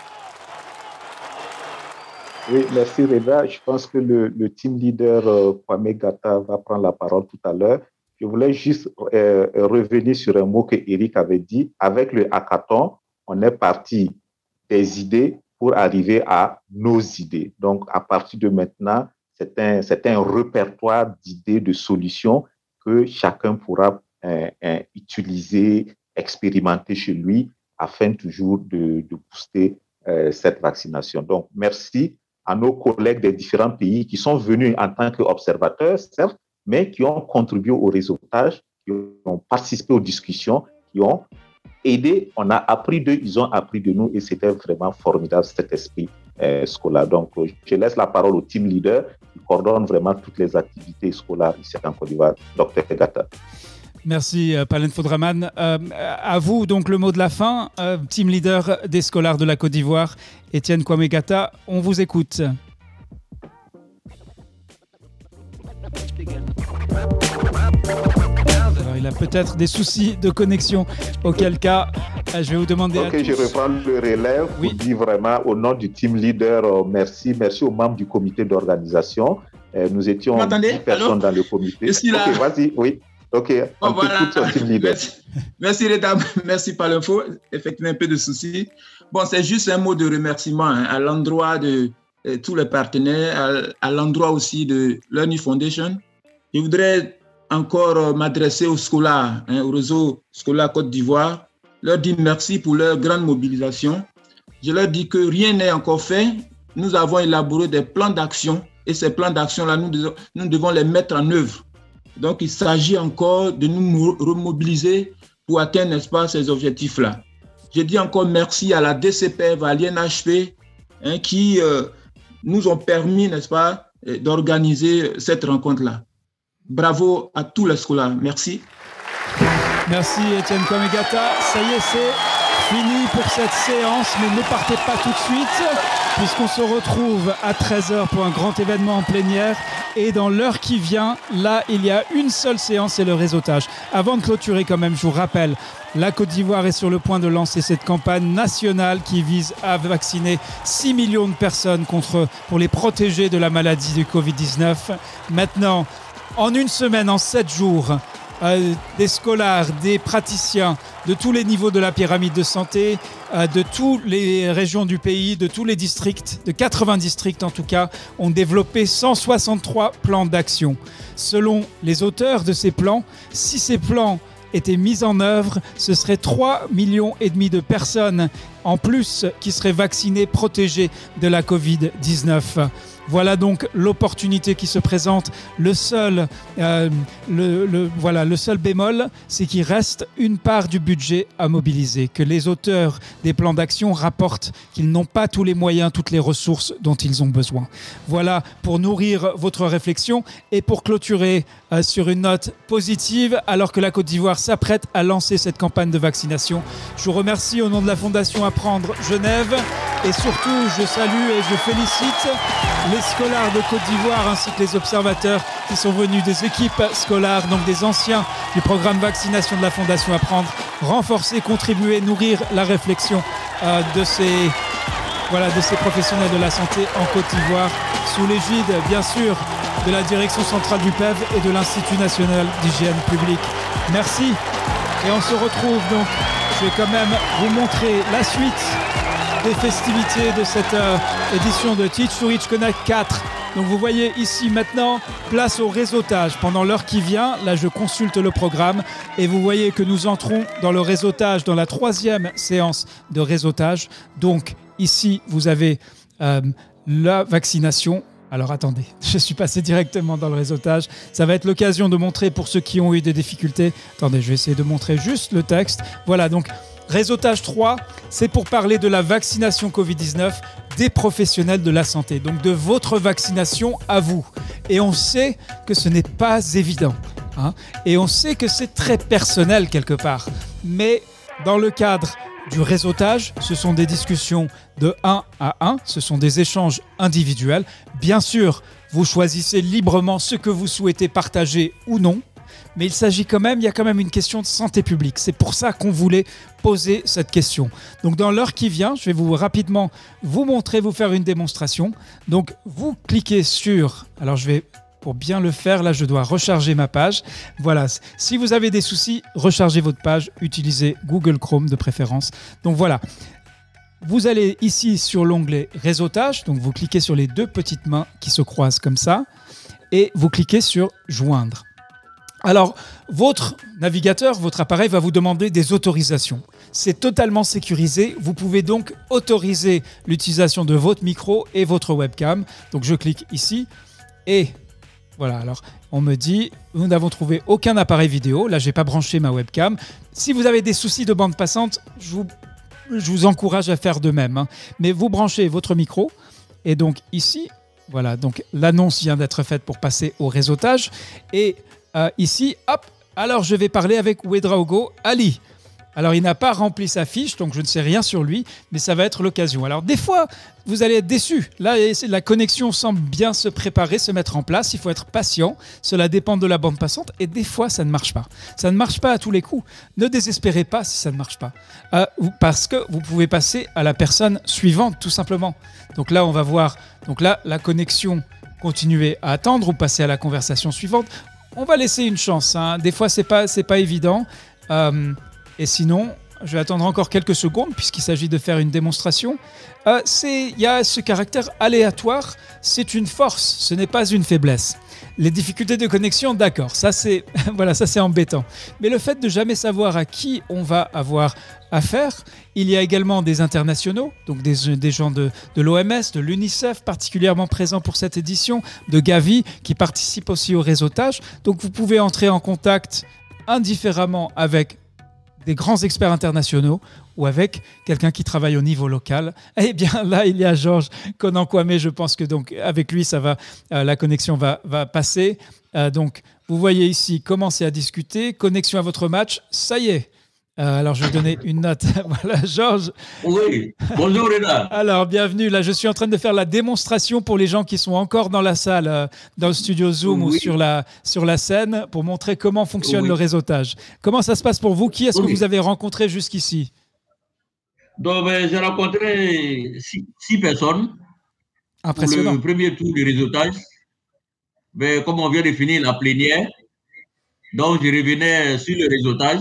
B: Oui, merci Reda. Je pense que le, le team leader euh, Kwame Gata va prendre la parole tout à l'heure. Je voulais juste euh, revenir sur un mot que Eric avait dit. Avec le hackathon, on est parti des idées pour arriver à nos idées. Donc, à partir de maintenant, c'est un, c'est un répertoire d'idées, de solutions que chacun pourra euh, euh, utiliser, expérimenter chez lui afin toujours de, de booster euh, cette vaccination. Donc, merci à nos collègues des différents pays qui sont venus en tant qu'observateurs, certes, mais qui ont contribué au réseautage, qui ont participé aux discussions, qui ont aidé, on a appris d'eux, ils ont appris de nous et c'était vraiment formidable cet esprit euh, scolaire. Donc, je laisse la parole au team leader qui coordonne vraiment toutes les activités scolaires ici en Côte d'Ivoire, docteur Gata.
A: Merci Palenfo Draman. Euh, à vous donc le mot de la fin, euh, team leader des scolaires de la Côte d'Ivoire, Étienne Kwame Gata, on vous écoute. Alors, il a peut-être des soucis de connexion, auquel cas je vais vous demander
B: okay,
A: à tous.
B: Je reprends le relais. Oui. Vous dis vraiment au nom du team leader, euh, merci, merci aux membres du comité d'organisation. Euh, nous étions dix personnes Allô? Dans le comité.
E: Je suis là.
B: Ok, vas-y, oui. Ok, on oh, voilà. Écoute son team leader.
E: Merci, merci les dames, merci Palenfo. Effectivement, un peu de soucis. Bon, c'est juste un mot de remerciement hein, à l'endroit de euh, tous les partenaires, à, à l'endroit aussi de Learning Foundation. Je voudrais encore euh, m'adresser aux scolaires, hein, au réseau scolaire Côte d'Ivoire, leur dire merci pour leur grande mobilisation. Je leur dis que rien n'est encore fait. Nous avons élaboré des plans d'action et ces plans d'action-là, nous, devons, nous devons les mettre en œuvre. Donc, il s'agit encore de nous remobiliser pour atteindre, n'est-ce pas, ces objectifs-là. Je dis encore merci à la D C P F, à l'I N H P, hein, qui euh, nous ont permis, n'est-ce pas, d'organiser cette rencontre-là. Bravo à tous les scolaires. Merci.
A: Merci Étienne Kwame Gata. Ça y est, c'est fini pour cette séance, mais ne partez pas tout de suite, puisqu'on se retrouve à treize heures pour un grand événement en plénière. Et dans l'heure qui vient, là, il y a une seule séance, c'est le réseautage. Avant de clôturer quand même, je vous rappelle, la Côte d'Ivoire est sur le point de lancer cette campagne nationale qui vise à vacciner six millions de personnes contre, pour les protéger de la maladie du covid dix-neuf. Maintenant, en une semaine, en sept jours, euh, des scolaires, des praticiens de tous les niveaux de la pyramide de santé, euh, de toutes les régions du pays, de tous les districts, de quatre-vingts districts en tout cas, ont développé cent soixante-trois plans d'action. Selon les auteurs de ces plans, si ces plans étaient mis en œuvre, ce serait trois millions et demi de personnes en plus qui seraient vaccinées, protégées de la covid dix-neuf. Voilà donc l'opportunité qui se présente. Le seul, euh, le, le, voilà, le seul bémol, c'est qu'il reste une part du budget à mobiliser, que les auteurs des plans d'action rapportent qu'ils n'ont pas tous les moyens, toutes les ressources dont ils ont besoin. Voilà pour nourrir votre réflexion et pour clôturer euh, sur une note positive, alors que la Côte d'Ivoire s'apprête à lancer cette campagne de vaccination. Je vous remercie au nom de la Fondation Apprendre Genève et surtout, je salue et je félicite les scolaires de Côte d'Ivoire ainsi que les observateurs qui sont venus des équipes scolaires, donc des anciens du programme vaccination de la Fondation Apprendre, renforcer, contribuer, nourrir la réflexion euh, de ces, voilà, de ces professionnels de la santé en Côte d'Ivoire sous l'égide, bien sûr, de la Direction centrale du P E V et de l'Institut national d'hygiène publique. Merci. Et on se retrouve donc, je vais quand même vous montrer la suite des festivités de cette euh, édition de Teach to Reach Connect quatre. Donc vous voyez ici maintenant, place au réseautage. Pendant l'heure qui vient, là je consulte le programme et vous voyez que nous entrons dans le réseautage, dans la troisième séance de réseautage. Donc ici, vous avez euh, la vaccination. Alors attendez, je suis passé directement dans le réseautage. Ça va être l'occasion de montrer pour ceux qui ont eu des difficultés. Attendez, je vais essayer de montrer juste le texte. Voilà, donc réseautage trois, c'est pour parler de la vaccination covid dix-neuf des professionnels de la santé, donc de votre vaccination à vous. Et on sait que ce n'est pas évident, hein, et on sait que c'est très personnel quelque part. Mais dans le cadre du réseautage, ce sont des discussions de un à un, ce sont des échanges individuels. Bien sûr, vous choisissez librement ce que vous souhaitez partager ou non. Mais il s'agit quand même, il y a quand même une question de santé publique. C'est pour ça qu'on voulait poser cette question. Donc dans l'heure qui vient, je vais vous rapidement vous montrer, vous faire une démonstration. Donc vous cliquez sur, alors je vais, pour bien le faire, là je dois recharger ma page. Voilà, si vous avez des soucis, rechargez votre page, utilisez Google Chrome de préférence. Donc voilà. Vous allez ici sur l'onglet réseautage, donc vous cliquez sur les deux petites mains qui se croisent comme ça et vous cliquez sur joindre. Alors, votre navigateur, votre appareil va vous demander des autorisations. C'est totalement sécurisé. Vous pouvez donc autoriser l'utilisation de votre micro et votre webcam. Donc, je clique ici et voilà. Alors, on me dit, nous n'avons trouvé aucun appareil vidéo. Là, je n'ai pas branché ma webcam. Si vous avez des soucis de bande passante, je vous, je vous encourage à faire de même, hein. Mais vous branchez votre micro et donc ici, voilà. Donc, l'annonce vient d'être faite pour passer au réseautage et Euh, ici, hop, alors je vais parler avec Ouedraogo Ali. Alors il n'a pas rempli sa fiche, donc je ne sais rien sur lui, mais ça va être l'occasion. Alors des fois, vous allez être déçus. Là, la connexion semble bien se préparer, se mettre en place. Il faut être patient. Cela dépend de la bande passante. Et des fois, ça ne marche pas. Ça ne marche pas à tous les coups. Ne désespérez pas si ça ne marche pas. Euh, parce que vous pouvez passer à la personne suivante, tout simplement. Donc là, on va voir. Donc là, la connexion, continuez à attendre ou passer à la conversation suivante. On va laisser une chance, hein. Des fois, c'est pas, c'est pas évident. Euh, et sinon, je vais attendre encore quelques secondes puisqu'il s'agit de faire une démonstration. Euh, c'est, il y a ce caractère aléatoire. C'est une force, ce n'est pas une faiblesse. Les difficultés de connexion, d'accord, ça c'est, voilà, ça c'est embêtant. Mais le fait de jamais savoir à qui on va avoir affaire, il y a également des internationaux, donc des, des gens de, de l'O M S, de l'UNICEF, particulièrement présents pour cette édition, de Gavi, qui participent aussi au réseautage. Donc vous pouvez entrer en contact indifféremment avec des grands experts internationaux ou avec quelqu'un qui travaille au niveau local. Eh bien là, il y a Georges Konankwame, je pense que donc avec lui, ça va, euh, la connexion va, va passer. Euh, donc vous voyez ici, commencez à discuter, connexion à votre match, ça y est. Euh, alors, je vais donner une note. Voilà, Georges.
D: Oui, bonjour Reda.
A: Alors, bienvenue. Là, je suis en train de faire la démonstration pour les gens qui sont encore dans la salle, euh, dans le studio Zoom oui. ou sur la, sur la scène, pour montrer comment fonctionne oui. le réseautage. Comment ça se passe pour vous? Qui est-ce oui. que vous avez rencontré jusqu'ici?
D: Donc, ben, j'ai rencontré six, six personnes.
A: Impressionnant.
D: Pour le premier tour du réseautage. Ben, comme on vient de finir la plénière, donc je revenais sur le réseautage.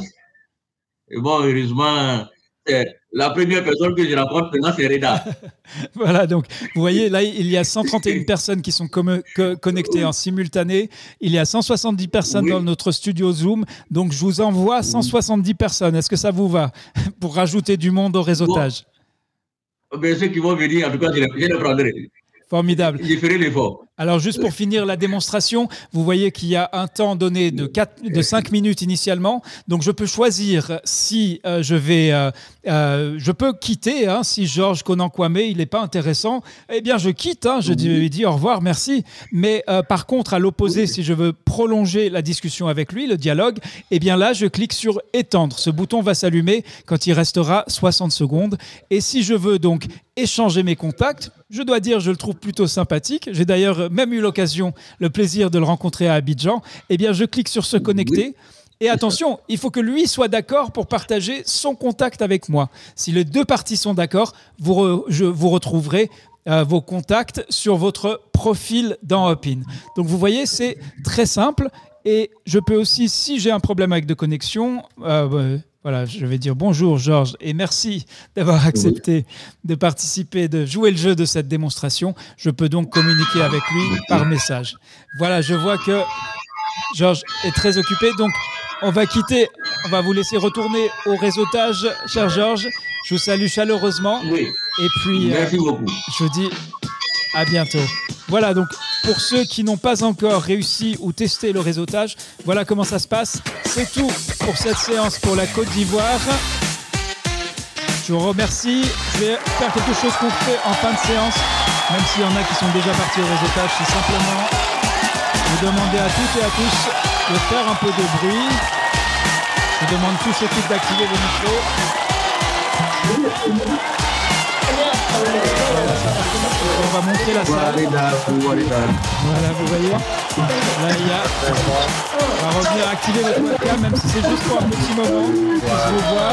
D: Et bon, heureusement, la première personne que je rencontre maintenant, c'est Reda.
A: Voilà, donc vous voyez, là, il y a cent trente et une personnes qui sont com- co- connectées en simultané. Il y a cent soixante-dix personnes oui. dans notre studio Zoom. Donc, je vous envoie cent soixante-dix personnes. Est-ce que ça vous va pour rajouter du monde au réseautage?
D: Bon. Ben, ceux qui vont venir, en tout cas, je les, je les prendrai.
A: Formidable.
D: Je ferai l'effort.
A: Alors, juste pour finir la démonstration, vous voyez qu'il y a un temps donné de, quatre, de cinq minutes initialement. Donc, je peux choisir si euh, je vais... Euh, euh, je peux quitter. Hein, si Georges Konankwame, il n'est pas intéressant, eh bien, je quitte. Hein, je lui dis au revoir, merci. Mais euh, par contre, à l'opposé, si je veux prolonger la discussion avec lui, le dialogue, eh bien là, je clique sur « Étendre ». Ce bouton va s'allumer quand il restera soixante secondes. Et si je veux donc échanger mes contacts, je dois dire, je le trouve plutôt sympathique. J'ai d'ailleurs même eu l'occasion, le plaisir de le rencontrer à Abidjan. Eh bien, je clique sur « Se connecter ». Oui. Et attention, il faut que lui soit d'accord pour partager son contact avec moi. Si les deux parties sont d'accord, vous, re, je, vous retrouverez euh, vos contacts sur votre profil dans Hopin. Donc vous voyez, c'est très simple. Et je peux aussi, si j'ai un problème avec de connexion, euh, bah, voilà, je vais dire bonjour Georges et merci d'avoir accepté de participer, de jouer le jeu de cette démonstration. Je peux donc communiquer avec lui par message. Voilà, je vois que Georges est très occupé, donc on va quitter, on va vous laisser retourner au réseautage, cher Georges. Je vous salue chaleureusement.
D: Oui.
A: Et puis,
D: Merci
A: euh,
D: beaucoup.
A: je vous dis à bientôt. Voilà, donc pour ceux qui n'ont pas encore réussi ou testé le réseautage, voilà comment ça se passe. C'est tout pour cette séance pour la Côte d'Ivoire. Je vous remercie. Je vais faire quelque chose qu'on fait en fin de séance, même s'il y en a qui sont déjà partis au réseautage, c'est simplement vous demander à toutes et à tous de faire un peu de bruit. Je demande tous équipes d'activer vos micros. On va montrer la salle. Voilà, vous voyez. Là, il y a. On va revenir activer votre webcam, même si c'est juste pour un petit moment. On puisse vous voir.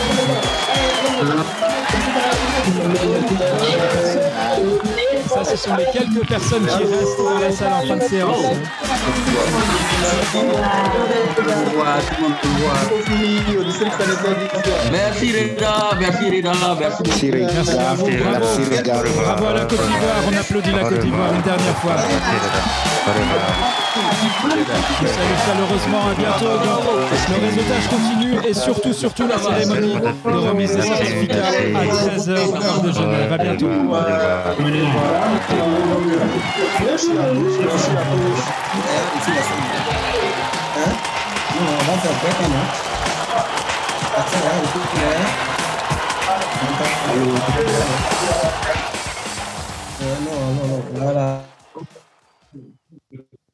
A: Ça, ce sont les quelques personnes qui restent dans la salle en fin de séance.
D: Merci Reda, merci Reda, merci.
A: Merci à vous, bravo. Bravo à la Côte d'Ivoire, on applaudit la Côte d'Ivoire une dernière fois. Je vous salue chaleureusement, à bientôt. Donc, le réseautage continue et surtout, surtout la cérémonie de remise des certificats à seize heures heure de Genève. À bientôt.
L: Merci à vous. Merci à tous. Hein? Non, on va faire quoi, non? Ça va, il faut qu'il y ait. Non, non, non, voilà.